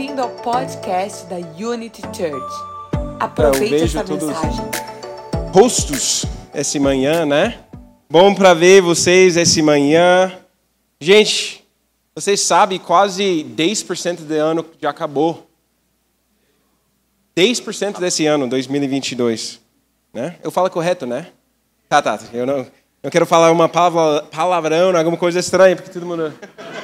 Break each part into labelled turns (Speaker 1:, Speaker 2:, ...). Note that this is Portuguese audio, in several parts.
Speaker 1: Bem-vindo ao podcast da Unity Church. Aproveite essa mensagem.
Speaker 2: Rostos essa manhã, né? Bom para ver vocês essa manhã. Gente, vocês sabem, quase 10% do ano já acabou. 10% desse ano, 2022. Né? Eu falo correto, né? Tá. Eu não quero falar uma palavrão, alguma coisa estranha, porque todo mundo...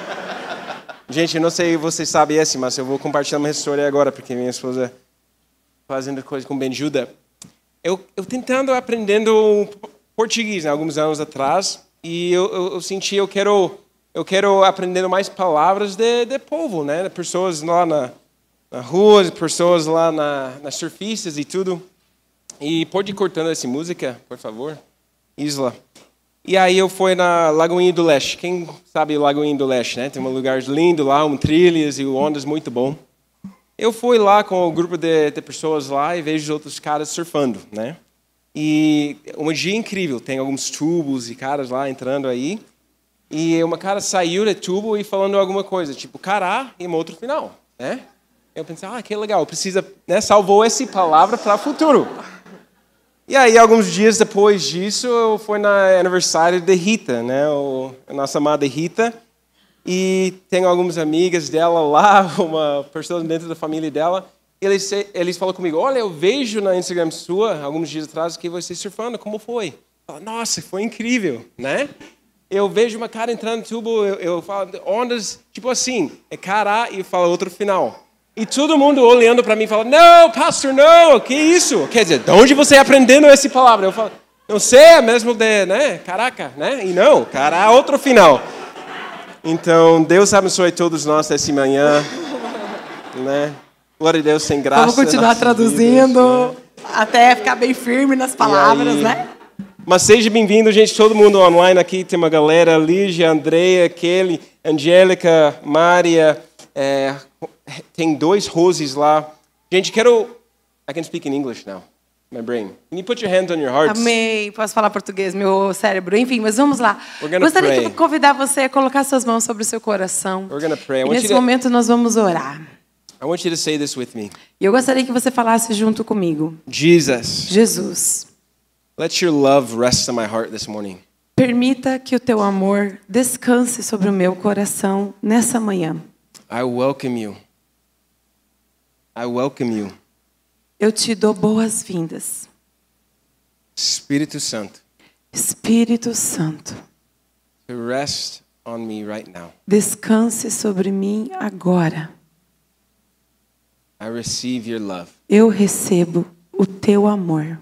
Speaker 2: Gente, eu não sei se vocês sabem esse, mas eu vou compartilhar uma história agora, porque minha esposa fazendo coisa com Benjuda. Eu tentando aprendendo português, né, alguns anos atrás, e eu senti eu quero aprender mais palavras de povo, né, de pessoas lá na rua, de pessoas lá nas surfistas e tudo. E pode ir cortando essa música, por favor, Isla. E aí eu fui na Lagoinha do Leste. Quem sabe Lagoinha do Leste, né? Tem um lugar lindo lá, trilhas e ondas muito bom. Eu fui lá com um grupo de pessoas lá e vejo outros caras surfando, né? E um dia incrível, tem alguns tubos e caras lá entrando aí. E uma cara saiu do tubo e falando alguma coisa, tipo cará e um outro final, né? Eu pensei, que legal, precisa, né? Salvou essa palavra para o futuro. E aí, alguns dias depois disso, eu fui no aniversário de Rita, né? A nossa amada Rita. E tenho algumas amigas dela lá, uma pessoa dentro da família dela. E eles falam comigo, olha, eu vejo na Instagram sua, alguns dias atrás, que você surfando, como foi? Falo, nossa, foi incrível, né? Eu vejo uma cara entrando no tubo, eu falo, ondas, tipo assim, é cará e fala outro final. E todo mundo olhando para mim fala, não, pastor, não, que isso? Quer dizer, de onde você aprendendo essa palavra? Eu falo, não sei, é mesmo de, né, caraca, né? E não, cará, outro final. Então, Deus abençoe todos nós essa manhã, né? Glória a Deus, sem graça.
Speaker 3: Vamos continuar traduzindo, né? Até ficar bem firme nas palavras, né?
Speaker 2: Mas seja bem-vindo, gente, todo mundo online aqui, tem uma galera, Lígia, Andreia, Kelly, Angélica, Mária, tem 2 Roses lá. Gente, I can speak in English now. My brain. Can you put your hands on your hearts?
Speaker 3: Amém. Posso falar português, meu cérebro. Enfim, mas vamos lá. Gostaria de convidar você a colocar suas mãos sobre o seu coração.
Speaker 2: We're gonna pray.
Speaker 3: E nesse momento nós vamos orar.
Speaker 2: I want you to say this with me.
Speaker 3: E eu gostaria que você falasse junto comigo. Jesus.
Speaker 2: Let your love rest on my heart this morning.
Speaker 3: Permita que o teu amor descanse sobre o meu coração nessa manhã.
Speaker 2: I welcome you. I welcome you.
Speaker 3: Eu te dou boas-vindas.
Speaker 2: Espírito Santo.
Speaker 3: Espírito Santo.
Speaker 2: To rest on me right now.
Speaker 3: Descanse sobre mim agora.
Speaker 2: I receive your love.
Speaker 3: Eu recebo o teu amor.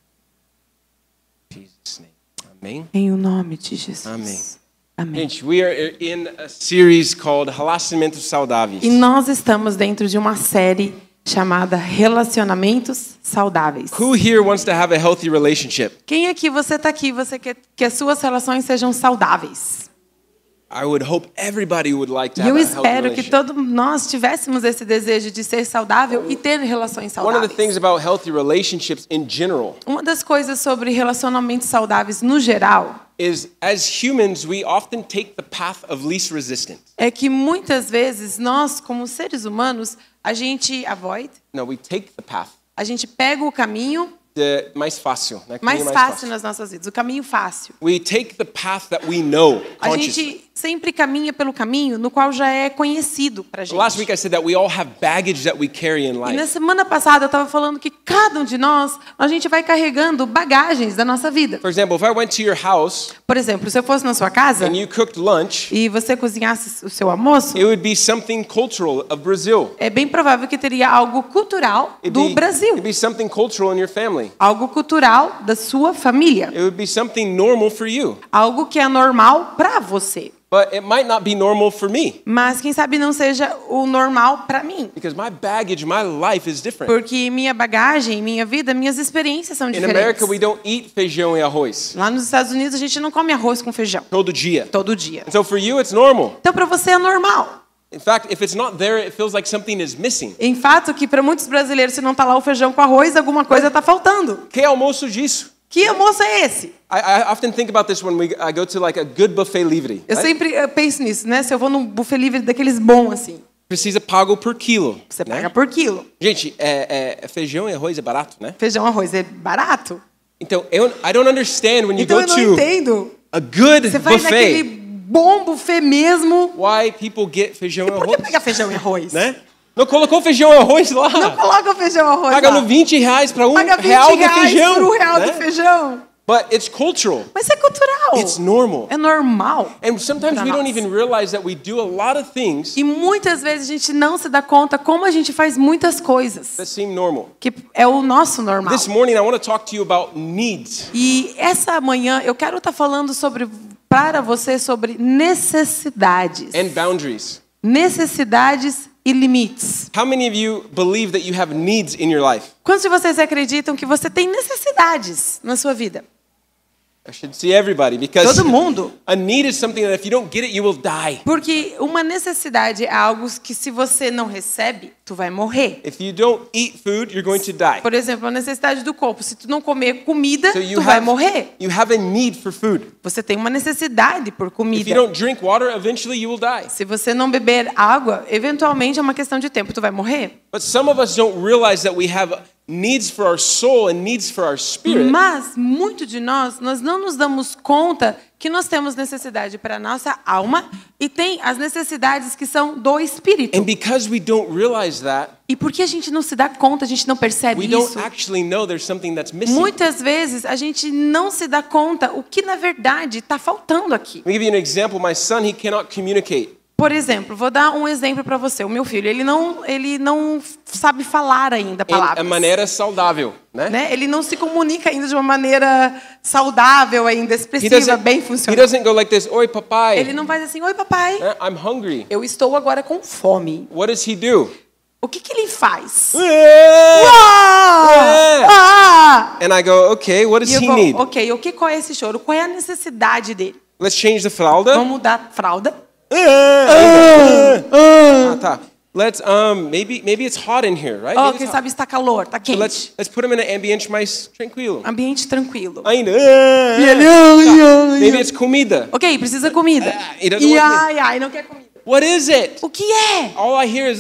Speaker 2: In Jesus' name. Amém.
Speaker 3: Em o nome de Jesus.
Speaker 2: Amém.
Speaker 3: Amém.
Speaker 2: Gente, we are in a series called Relacionamentos Saudáveis.
Speaker 3: E nós estamos dentro de uma série chamada Relacionamentos Saudáveis.
Speaker 2: Who here wants to have a healthy relationship?
Speaker 3: Quem aqui, você está aqui, você quer que as suas relações sejam saudáveis?
Speaker 2: I would hope everybody would like to
Speaker 3: E
Speaker 2: have
Speaker 3: eu
Speaker 2: a healthy
Speaker 3: espero que
Speaker 2: relationship.
Speaker 3: todos nós tivéssemos esse desejo de ser saudável e ter relações
Speaker 2: One of the things
Speaker 3: saudáveis.
Speaker 2: about healthy relationships in general
Speaker 3: Uma das coisas sobre relacionamentos saudáveis no geral
Speaker 2: is, as humans, we often take the path of least resistance.
Speaker 3: é que muitas vezes nós, como seres humanos, a gente
Speaker 2: We take the path
Speaker 3: a gente pega o caminho
Speaker 2: mais fácil, né?
Speaker 3: mais fácil nas nossas vidas, o caminho fácil.
Speaker 2: We take the path that we know
Speaker 3: A
Speaker 2: consciously.
Speaker 3: gente sempre caminha pelo caminho no qual já é conhecido pra gente.
Speaker 2: Last week I said that we all have baggage that we carry in
Speaker 3: E
Speaker 2: life.
Speaker 3: na semana passada eu estava falando que cada um de nós, a gente vai carregando bagagens da nossa vida.
Speaker 2: For example, if I went to your house
Speaker 3: Por exemplo, se eu fosse na sua casa
Speaker 2: and you cooked lunch,
Speaker 3: e você cozinhasse o seu almoço,
Speaker 2: it would be something cultural of Brazil.
Speaker 3: é bem provável que teria algo cultural do Brasil.
Speaker 2: It'd be something cultural in your family.
Speaker 3: Algo cultural da sua família.
Speaker 2: It would be something normal for you.
Speaker 3: Algo que é normal para você.
Speaker 2: But it might not be normal for me.
Speaker 3: Mas quem sabe não seja o normal para mim.
Speaker 2: Because my baggage, my life is different.
Speaker 3: Porque minha bagagem, minha vida, minhas experiências são
Speaker 2: In
Speaker 3: diferentes.
Speaker 2: America, we don't eat feijão e arroz
Speaker 3: Lá nos Estados Unidos a gente não come arroz com feijão
Speaker 2: todo dia.
Speaker 3: todo dia.
Speaker 2: And so for you, it's normal.
Speaker 3: Então para você é normal.
Speaker 2: In fact, if it's not there, it feels like something is missing.
Speaker 3: Em fato que para muitos brasileiros se não tá lá o feijão com arroz, alguma coisa tá faltando.
Speaker 2: Que almoço disso?
Speaker 3: Que almoço é esse?
Speaker 2: I often think about this when I go to like a good buffet livre.
Speaker 3: Eu
Speaker 2: Right?
Speaker 3: sempre penso nisso, né? Se eu vou num buffet livre daqueles bons assim.
Speaker 2: precisa pagar por quilo.
Speaker 3: Você paga por quilo.
Speaker 2: Gente, feijão e arroz é barato, né?
Speaker 3: Feijão e arroz é barato.
Speaker 2: Então, I don't understand when you
Speaker 3: Então
Speaker 2: go
Speaker 3: eu não
Speaker 2: to
Speaker 3: entendo.
Speaker 2: a good
Speaker 3: Você vai naquele
Speaker 2: buffet.
Speaker 3: bom buffet mesmo.
Speaker 2: Why people get feijão e
Speaker 3: Por que
Speaker 2: arroz?
Speaker 3: pegar feijão e arroz?
Speaker 2: Né? Não colocou feijão e arroz lá.
Speaker 3: Não coloca o feijão e arroz
Speaker 2: Pagando
Speaker 3: lá.
Speaker 2: R$20 para
Speaker 3: Paga 20
Speaker 2: real de
Speaker 3: reais
Speaker 2: feijão.
Speaker 3: por R$1
Speaker 2: né?
Speaker 3: de feijão.
Speaker 2: But it's cultural.
Speaker 3: Mas é cultural.
Speaker 2: It's normal.
Speaker 3: É normal.
Speaker 2: And sometimes
Speaker 3: pra
Speaker 2: we don't
Speaker 3: nós.
Speaker 2: even realize that we do a lot of things
Speaker 3: E muitas vezes a gente não se dá conta como a gente faz muitas coisas.
Speaker 2: that seem normal.
Speaker 3: Que é o nosso normal.
Speaker 2: This morning I want to talk to you about needs.
Speaker 3: E essa manhã eu quero estar falando para você sobre necessidades.
Speaker 2: And boundaries.
Speaker 3: Necessidades e limites.
Speaker 2: How many of you believe that you have needs in your life?
Speaker 3: Quantos de vocês acreditam que você tem necessidades na sua vida?
Speaker 2: I should see everybody because
Speaker 3: Todo mundo.
Speaker 2: a need is something that if you don't get it, you will die.
Speaker 3: Porque uma necessidade é algo que se você não recebe, tu vai morrer.
Speaker 2: If you don't eat food, you're going to die.
Speaker 3: Por exemplo, a necessidade do corpo. Se tu não comer comida,
Speaker 2: So
Speaker 3: tu vai morrer.
Speaker 2: you have a need for food.
Speaker 3: Você tem uma necessidade por
Speaker 2: If you
Speaker 3: comida.
Speaker 2: don't drink water, eventually you will die.
Speaker 3: Se você não beber água, eventualmente é uma questão de tempo, tu vai morrer.
Speaker 2: But some of us don't realize that we have needs for our soul and needs for our spirit.
Speaker 3: Mas muito de nós não nos damos conta que nós temos necessidade para a nossa alma e tem as necessidades que são do espírito.
Speaker 2: And because we don't realize that,
Speaker 3: E porque a gente não se dá conta, a gente não percebe
Speaker 2: we
Speaker 3: isso.
Speaker 2: don't actually know there's something that's missing.
Speaker 3: Muitas vezes a gente não se dá conta o que na verdade está faltando aqui.
Speaker 2: Let me give you an example. My son, he cannot communicate.
Speaker 3: Por exemplo, vou dar um exemplo para você. O meu filho, ele não sabe falar ainda
Speaker 2: Em
Speaker 3: palavras.
Speaker 2: a maneira saudável, né?
Speaker 3: Né? Ele não se comunica ainda de uma maneira saudável ainda,
Speaker 2: He
Speaker 3: expressiva, bem
Speaker 2: he
Speaker 3: funcional.
Speaker 2: doesn't go like this, oi papai,
Speaker 3: Ele não faz assim, oi papai,
Speaker 2: I'm hungry.
Speaker 3: eu estou agora com fome.
Speaker 2: What does he do?
Speaker 3: O que ele faz?
Speaker 2: And
Speaker 3: Ah!
Speaker 2: I go, okay, what
Speaker 3: E
Speaker 2: does
Speaker 3: eu
Speaker 2: he
Speaker 3: vou,
Speaker 2: need?
Speaker 3: ok, qual é esse choro? Qual é a necessidade dele?
Speaker 2: Let's change the fralda.
Speaker 3: Vamos mudar a fralda?
Speaker 2: Tá. Let's maybe it's hot in here, right?
Speaker 3: Oh,
Speaker 2: Maybe
Speaker 3: quem
Speaker 2: it's hot.
Speaker 3: sabe está calor, está
Speaker 2: So
Speaker 3: quente.
Speaker 2: let's put him in an ambiente mais tranquilo.
Speaker 3: Ambiente tranquilo.
Speaker 2: Ainda. Maybe it's comida.
Speaker 3: Ok, precisa comida.
Speaker 2: he doesn't
Speaker 3: E
Speaker 2: want
Speaker 3: ai, não quer comida.
Speaker 2: What is it?
Speaker 3: O que é?
Speaker 2: All I hear is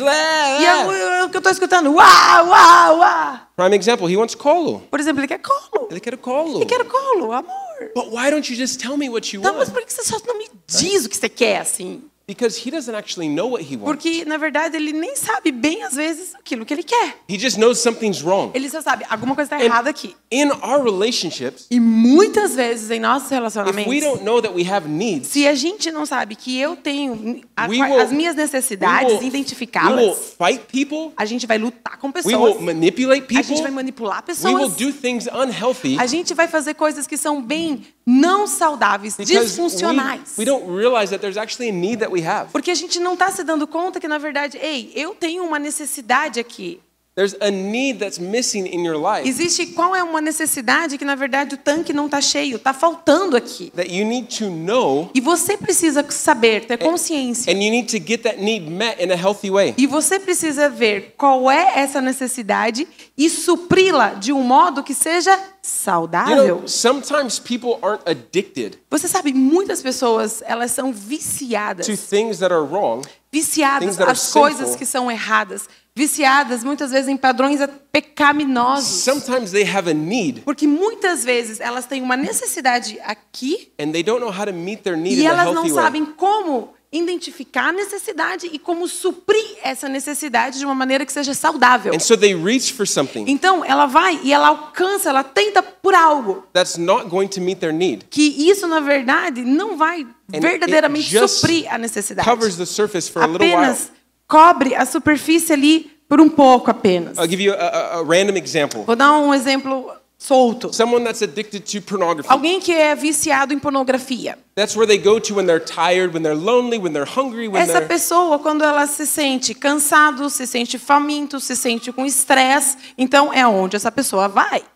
Speaker 3: E o que eu estou escutando? Uau, uau, uau.
Speaker 2: Prime example, he wants colo.
Speaker 3: Por exemplo, ele quer colo.
Speaker 2: Ele quer colo.
Speaker 3: Ele quer colo, amor.
Speaker 2: But why don't you just tell me what you
Speaker 3: Então, mas
Speaker 2: want?
Speaker 3: por que você só não me diz o que você quer, assim?
Speaker 2: Because he doesn't actually know what he wants.
Speaker 3: Porque, na verdade, ele nem sabe bem, às vezes, aquilo que ele quer.
Speaker 2: He just knows something's wrong.
Speaker 3: Ele só sabe, alguma coisa está errada aqui.
Speaker 2: In our relationships,
Speaker 3: E muitas vezes em nossos
Speaker 2: if we
Speaker 3: relacionamentos,
Speaker 2: don't know that we have needs,
Speaker 3: se a gente não sabe que eu tenho
Speaker 2: We will-
Speaker 3: as minhas necessidades,
Speaker 2: we will
Speaker 3: identificá-las,
Speaker 2: fight people,
Speaker 3: a gente vai lutar com
Speaker 2: we
Speaker 3: pessoas,
Speaker 2: will manipulate
Speaker 3: a gente
Speaker 2: people,
Speaker 3: vai manipular
Speaker 2: we will
Speaker 3: pessoas,
Speaker 2: do things unhealthy
Speaker 3: a gente vai fazer coisas que são bem não saudáveis,
Speaker 2: because
Speaker 3: disfuncionais.
Speaker 2: we don't realize that there's actually a need that we have.
Speaker 3: Porque a gente não está se dando conta que, na verdade, ei, eu tenho uma necessidade aqui.
Speaker 2: There's a need that's missing in your life
Speaker 3: Existe qual é uma necessidade que, na verdade, o tanque não está cheio, está faltando aqui.
Speaker 2: that you need to know,
Speaker 3: E você precisa saber, ter consciência.
Speaker 2: and you need to get that need met in a healthy way.
Speaker 3: E você precisa ver qual é essa necessidade e supri-la de um modo que seja saudável.
Speaker 2: Sometimes people aren't addicted
Speaker 3: Você sabe, muitas pessoas, elas são viciadas.
Speaker 2: to things that are wrong.
Speaker 3: Viciadas
Speaker 2: things that are
Speaker 3: às coisas
Speaker 2: sinful.
Speaker 3: que são erradas. Viciadas, muitas vezes, em padrões pecaminosos.
Speaker 2: Sometimes they have a need
Speaker 3: Porque muitas vezes elas têm uma necessidade aqui
Speaker 2: and they don't know how to meet their need
Speaker 3: e
Speaker 2: in a
Speaker 3: elas não
Speaker 2: healthy way.
Speaker 3: sabem como identificar a necessidade e como suprir essa necessidade de uma maneira que seja saudável.
Speaker 2: And so they reach for something
Speaker 3: Então, ela vai e ela alcança, ela tenta por algo
Speaker 2: that's not going to meet their need.
Speaker 3: que isso, na verdade, não vai
Speaker 2: And
Speaker 3: verdadeiramente
Speaker 2: it just
Speaker 3: suprir a necessidade.
Speaker 2: covers the surface for a little while.
Speaker 3: Apenas cobre a superfície ali por um pouco apenas.
Speaker 2: I'll give you a random example.
Speaker 3: Vou dar um exemplo solto.
Speaker 2: Someone that's addicted to pornography.
Speaker 3: Alguém que é viciado em pornografia.
Speaker 2: That's where they go to when they're tired, when they're lonely, when they're hungry, when
Speaker 3: Essa
Speaker 2: they're...
Speaker 3: pessoa, quando ela se sente cansado, se sente faminto, se sente com estresse, então é onde essa pessoa vai.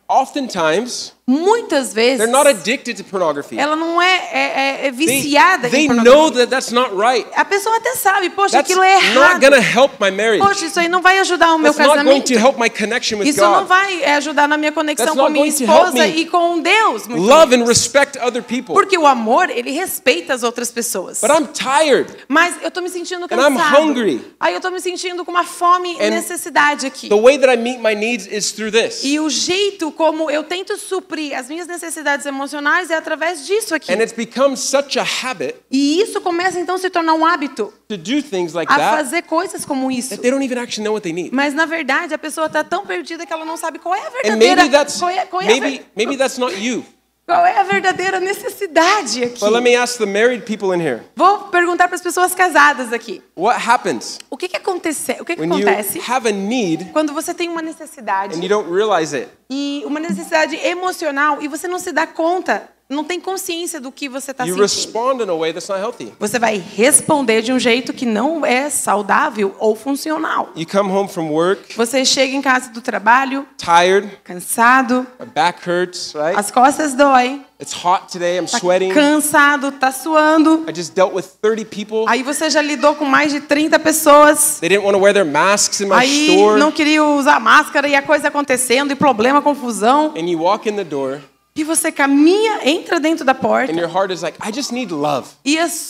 Speaker 2: oftentimes,
Speaker 3: muitas vezes,
Speaker 2: they're not addicted to pornography.
Speaker 3: ela não é viciada
Speaker 2: They
Speaker 3: em
Speaker 2: know
Speaker 3: pornografia.
Speaker 2: that that's not right.
Speaker 3: A pessoa até sabe, poxa,
Speaker 2: That's
Speaker 3: aquilo é
Speaker 2: not
Speaker 3: errado.
Speaker 2: going to help my marriage.
Speaker 3: Poxa, isso aí não vai ajudar o meu
Speaker 2: That's not going
Speaker 3: casamento.
Speaker 2: to help my connection with
Speaker 3: Isso não
Speaker 2: God.
Speaker 3: vai ajudar na minha conexão
Speaker 2: That's
Speaker 3: com
Speaker 2: not
Speaker 3: minha
Speaker 2: going to help
Speaker 3: esposa
Speaker 2: me
Speaker 3: e com Deus. muito
Speaker 2: Love and
Speaker 3: menos.
Speaker 2: respect other people.
Speaker 3: Porque o amor, ele respeita as outras pessoas.
Speaker 2: But I'm tired.
Speaker 3: Mas eu tô me sentindo
Speaker 2: And I'm
Speaker 3: cansado.
Speaker 2: hungry.
Speaker 3: Aí eu tô me sentindo com uma fome e
Speaker 2: And
Speaker 3: necessidade aqui.
Speaker 2: The way that I meet my needs is through this.
Speaker 3: E o jeito como eu tento suprir as minhas necessidades emocionais é através disso aqui.
Speaker 2: And it's become such a habit
Speaker 3: E isso começa então a se tornar um hábito
Speaker 2: to do things like
Speaker 3: a
Speaker 2: that
Speaker 3: fazer coisas como isso.
Speaker 2: that they don't even actually know what they need.
Speaker 3: Mas na verdade a pessoa está tão perdida que ela não sabe qual é a
Speaker 2: And
Speaker 3: verdadeira
Speaker 2: maybe that's not you.
Speaker 3: qual é a verdadeira necessidade aqui.
Speaker 2: But let me ask the married people in here.
Speaker 3: Vou perguntar para as pessoas casadas aqui.
Speaker 2: What happens
Speaker 3: O que acontece? O que
Speaker 2: when you
Speaker 3: acontece
Speaker 2: have a need
Speaker 3: quando você tem uma necessidade
Speaker 2: and you don't realize it?
Speaker 3: e uma necessidade emocional e você não se dá conta, não tem consciência do que você está
Speaker 2: You
Speaker 3: sentindo?
Speaker 2: respond in a way that's not healthy.
Speaker 3: Você vai responder de um jeito que não é saudável ou funcional.
Speaker 2: You come home from work
Speaker 3: Você chega em casa do trabalho,
Speaker 2: tired,
Speaker 3: cansado,
Speaker 2: my back hurts, right?
Speaker 3: as costas doem,
Speaker 2: It's hot today, I'm
Speaker 3: tá
Speaker 2: sweating.
Speaker 3: cansado, tá suando.
Speaker 2: I just dealt with 30 people.
Speaker 3: Aí você já lidou com mais de 30 pessoas.
Speaker 2: They didn't want to wear their masks in my
Speaker 3: Aí
Speaker 2: store.
Speaker 3: não queria usar máscara e a coisa acontecendo, e problema, confusão.
Speaker 2: And you walk in the door
Speaker 3: E você caminha, entra dentro da porta.
Speaker 2: and your heart is like, I just need love.
Speaker 3: E a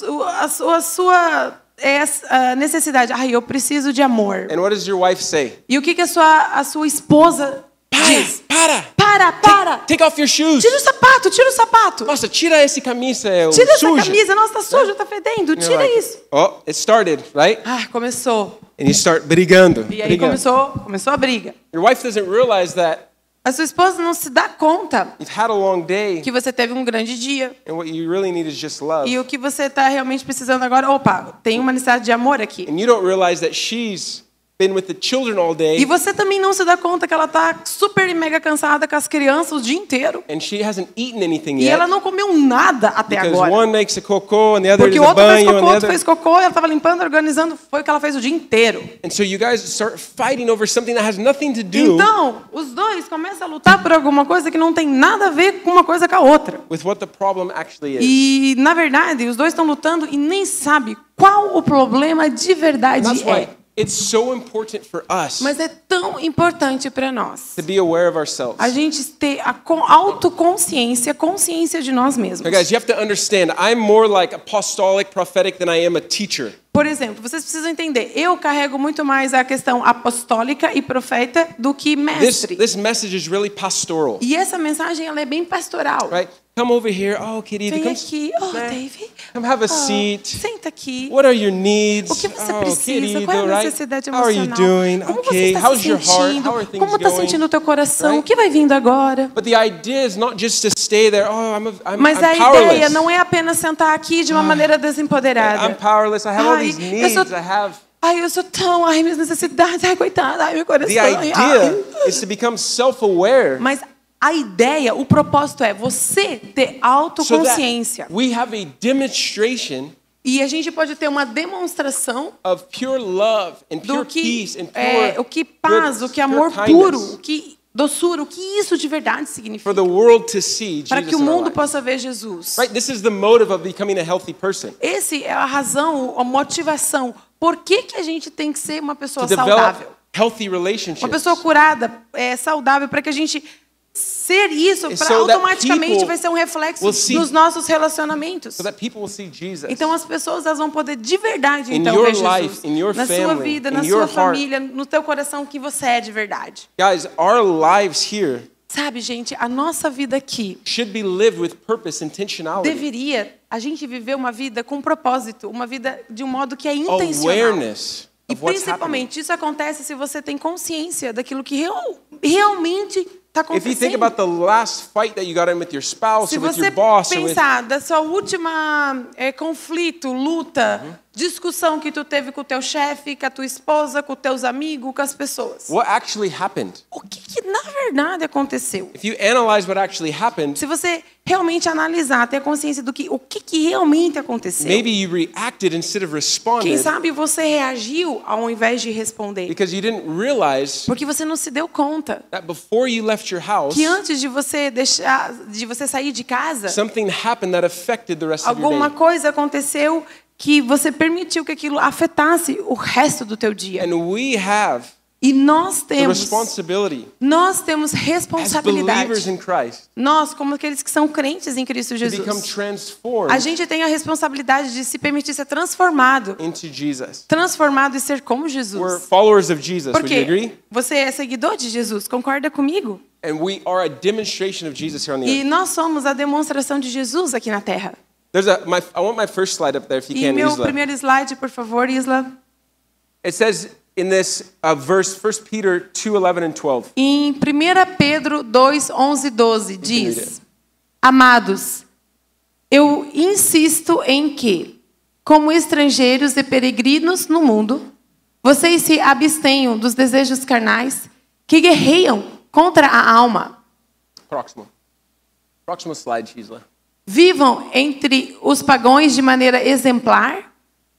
Speaker 3: sua necessidade, eu preciso de amor.
Speaker 2: And what does your wife say?
Speaker 3: E o que a sua esposa diz?
Speaker 2: Para!
Speaker 3: Para!
Speaker 2: Take off your shoes.
Speaker 3: Tira o sapato.
Speaker 2: Nossa, tira esse camisa, é
Speaker 3: Tira essa
Speaker 2: suja.
Speaker 3: camisa, nossa, tá sujo, tá fedendo.
Speaker 2: And you're
Speaker 3: Tira
Speaker 2: like,
Speaker 3: isso.
Speaker 2: Oh, it started, right?
Speaker 3: Começou.
Speaker 2: And you start brigando.
Speaker 3: E aí começou a briga.
Speaker 2: Your wife doesn't realize that
Speaker 3: A sua esposa não se dá conta
Speaker 2: you've had a long day
Speaker 3: que você teve um grande dia.
Speaker 2: and what you really need is just love.
Speaker 3: E o que você está realmente precisando agora, tem uma necessidade de amor aqui.
Speaker 2: And you don't realize that she's been with the children all day
Speaker 3: E você também não se dá conta que ela está super e mega cansada com as crianças o dia inteiro.
Speaker 2: and she hasn't eaten anything
Speaker 3: E
Speaker 2: yet
Speaker 3: ela não comeu nada até
Speaker 2: because
Speaker 3: agora.
Speaker 2: one makes a cocô and the other
Speaker 3: Porque
Speaker 2: does
Speaker 3: o
Speaker 2: a
Speaker 3: outro fez
Speaker 2: banho and
Speaker 3: cocô,
Speaker 2: the
Speaker 3: outro
Speaker 2: other.
Speaker 3: fez cocô, ela estava limpando, organizando, foi o que ela fez o dia inteiro.
Speaker 2: And so you guys start fighting over something that has nothing to do
Speaker 3: Então, os dois começam a lutar por alguma coisa que não tem nada a ver com uma coisa com a outra.
Speaker 2: with what the problem actually is.
Speaker 3: E, na verdade, os dois estão lutando e nem sabem qual o problema de verdade
Speaker 2: That's why
Speaker 3: é.
Speaker 2: it's so important for us
Speaker 3: Mas é tão importante para nós
Speaker 2: to be aware of ourselves.
Speaker 3: a gente ter a consciência de nós mesmos.
Speaker 2: Now, guys, you have to understand, I'm more like apostolic, prophetic than I am a teacher.
Speaker 3: Por exemplo, vocês precisam entender, eu carrego muito mais a questão apostólica e profeta do que mestre.
Speaker 2: This message is really pastoral,
Speaker 3: E essa mensagem ela é bem pastoral.
Speaker 2: right? Come over here. Oh, querido,
Speaker 3: Vem
Speaker 2: come,
Speaker 3: aqui, Dave.
Speaker 2: come have a seat.
Speaker 3: Senta aqui.
Speaker 2: What are your needs?
Speaker 3: O que você
Speaker 2: Oh,
Speaker 3: precisa?
Speaker 2: querido,
Speaker 3: Qual é a
Speaker 2: right?
Speaker 3: necessidade
Speaker 2: How are you
Speaker 3: emocional?
Speaker 2: doing?
Speaker 3: Como
Speaker 2: Okay.
Speaker 3: você está
Speaker 2: How's
Speaker 3: se
Speaker 2: your heart?
Speaker 3: sentindo?
Speaker 2: How are things
Speaker 3: Como está
Speaker 2: going?
Speaker 3: sentindo o teu coração?
Speaker 2: Right?
Speaker 3: O que vai vindo agora?
Speaker 2: But the idea is not just to stay there. Oh, I'm
Speaker 3: Mas a
Speaker 2: powerless.
Speaker 3: ideia não é apenas sentar aqui de uma maneira desempoderada.
Speaker 2: I'm powerless. I have all
Speaker 3: Ai,
Speaker 2: these
Speaker 3: eu
Speaker 2: needs.
Speaker 3: sou-
Speaker 2: I have.
Speaker 3: Eu sou tão... minhas necessidades. Coitada. Meu coração.
Speaker 2: The idea is to become self-aware
Speaker 3: Mas a ideia, o propósito é você ter
Speaker 2: so
Speaker 3: autoconsciência.
Speaker 2: that we have a demonstration
Speaker 3: E a gente pode ter uma demonstração
Speaker 2: of pure love and
Speaker 3: do
Speaker 2: pure
Speaker 3: que
Speaker 2: peace and pure
Speaker 3: o que paz,
Speaker 2: goodness,
Speaker 3: o que amor
Speaker 2: pure
Speaker 3: puro,
Speaker 2: kindness,
Speaker 3: o que doçura, o que isso de verdade
Speaker 2: for
Speaker 3: significa.
Speaker 2: the world to see
Speaker 3: Para
Speaker 2: Jesus
Speaker 3: que o
Speaker 2: in our
Speaker 3: mundo
Speaker 2: lives.
Speaker 3: possa ver Jesus.
Speaker 2: Right? This is the motive of becoming a healthy person.
Speaker 3: Esse é a razão, a motivação. Por que a gente tem que ser uma pessoa
Speaker 2: To develop
Speaker 3: saudável?
Speaker 2: healthy
Speaker 3: Uma
Speaker 2: relationships.
Speaker 3: pessoa curada, saudável, para que a gente ser isso,
Speaker 2: And
Speaker 3: para
Speaker 2: so that
Speaker 3: automaticamente
Speaker 2: people
Speaker 3: vai ser um reflexo
Speaker 2: will see-
Speaker 3: nos nossos relacionamentos.
Speaker 2: So that people will see Jesus.
Speaker 3: Então as pessoas elas vão poder de verdade
Speaker 2: In
Speaker 3: então
Speaker 2: your
Speaker 3: ver Jesus
Speaker 2: life, in your
Speaker 3: na sua
Speaker 2: family,
Speaker 3: vida,
Speaker 2: in
Speaker 3: na
Speaker 2: your
Speaker 3: sua
Speaker 2: heart.
Speaker 3: família, no teu coração que você é de verdade.
Speaker 2: Guys, our lives here
Speaker 3: Sabe, gente, a nossa vida aqui
Speaker 2: should be lived with purpose, intentionality,
Speaker 3: deveria a gente viver uma vida com propósito, uma vida de um modo que é intencional.
Speaker 2: awareness
Speaker 3: E
Speaker 2: of what's happening.
Speaker 3: principalmente isso acontece se você tem consciência daquilo que realmente está
Speaker 2: If you think
Speaker 3: acontecendo.
Speaker 2: about the last fight that you got in with your spouse
Speaker 3: Se
Speaker 2: or with
Speaker 3: você
Speaker 2: your boss or with,
Speaker 3: pensar da sua última conflito, luta discussão que tu teve com o teu chefe, com a tua esposa, com os teus amigos, com as pessoas.
Speaker 2: What actually happened?
Speaker 3: O que na verdade aconteceu?
Speaker 2: If you analyze what actually happened,
Speaker 3: Se você realmente analisar, ter consciência do que o que realmente aconteceu.
Speaker 2: maybe you reacted instead of
Speaker 3: Quem
Speaker 2: responded
Speaker 3: sabe você reagiu ao invés de responder.
Speaker 2: because you didn't realize
Speaker 3: Porque você não se deu conta
Speaker 2: that before you left your house,
Speaker 3: que antes de você sair de casa,
Speaker 2: something happened that affected the rest of your
Speaker 3: alguma
Speaker 2: day.
Speaker 3: coisa aconteceu que você permitiu que aquilo afetasse o resto do teu dia.
Speaker 2: And we have
Speaker 3: E nós
Speaker 2: the
Speaker 3: temos
Speaker 2: responsibility
Speaker 3: Nós temos
Speaker 2: as believers
Speaker 3: responsabilidade.
Speaker 2: in Christ
Speaker 3: Nós, como aqueles que são crentes em Cristo
Speaker 2: to become
Speaker 3: Jesus,
Speaker 2: transformed
Speaker 3: a gente tem a responsabilidade de se permitir ser transformado.
Speaker 2: into Jesus.
Speaker 3: Transformado e ser como
Speaker 2: We're
Speaker 3: Jesus.
Speaker 2: followers of Jesus,
Speaker 3: Por
Speaker 2: would you
Speaker 3: quê?
Speaker 2: agree?
Speaker 3: Você é seguidor de Jesus, concorda comigo?
Speaker 2: And we are a demonstration of Jesus here on the
Speaker 3: E
Speaker 2: earth.
Speaker 3: nós somos a demonstração de Jesus aqui na Terra.
Speaker 2: I want my first slide up there if you
Speaker 3: E
Speaker 2: can,
Speaker 3: meu
Speaker 2: Isla.
Speaker 3: primeiro slide, por favor, Isla.
Speaker 2: It says in this verse, 1 Peter 2:11 and 12.
Speaker 3: Em 1 Pedro 2, 11 e 12,
Speaker 2: read
Speaker 3: diz: Amados, eu insisto em que, como estrangeiros e peregrinos no mundo, vocês se abstenham dos desejos carnais que guerreiam contra a alma.
Speaker 2: Próximo slide, Isla.
Speaker 3: Vivam entre os pagãos de maneira exemplar,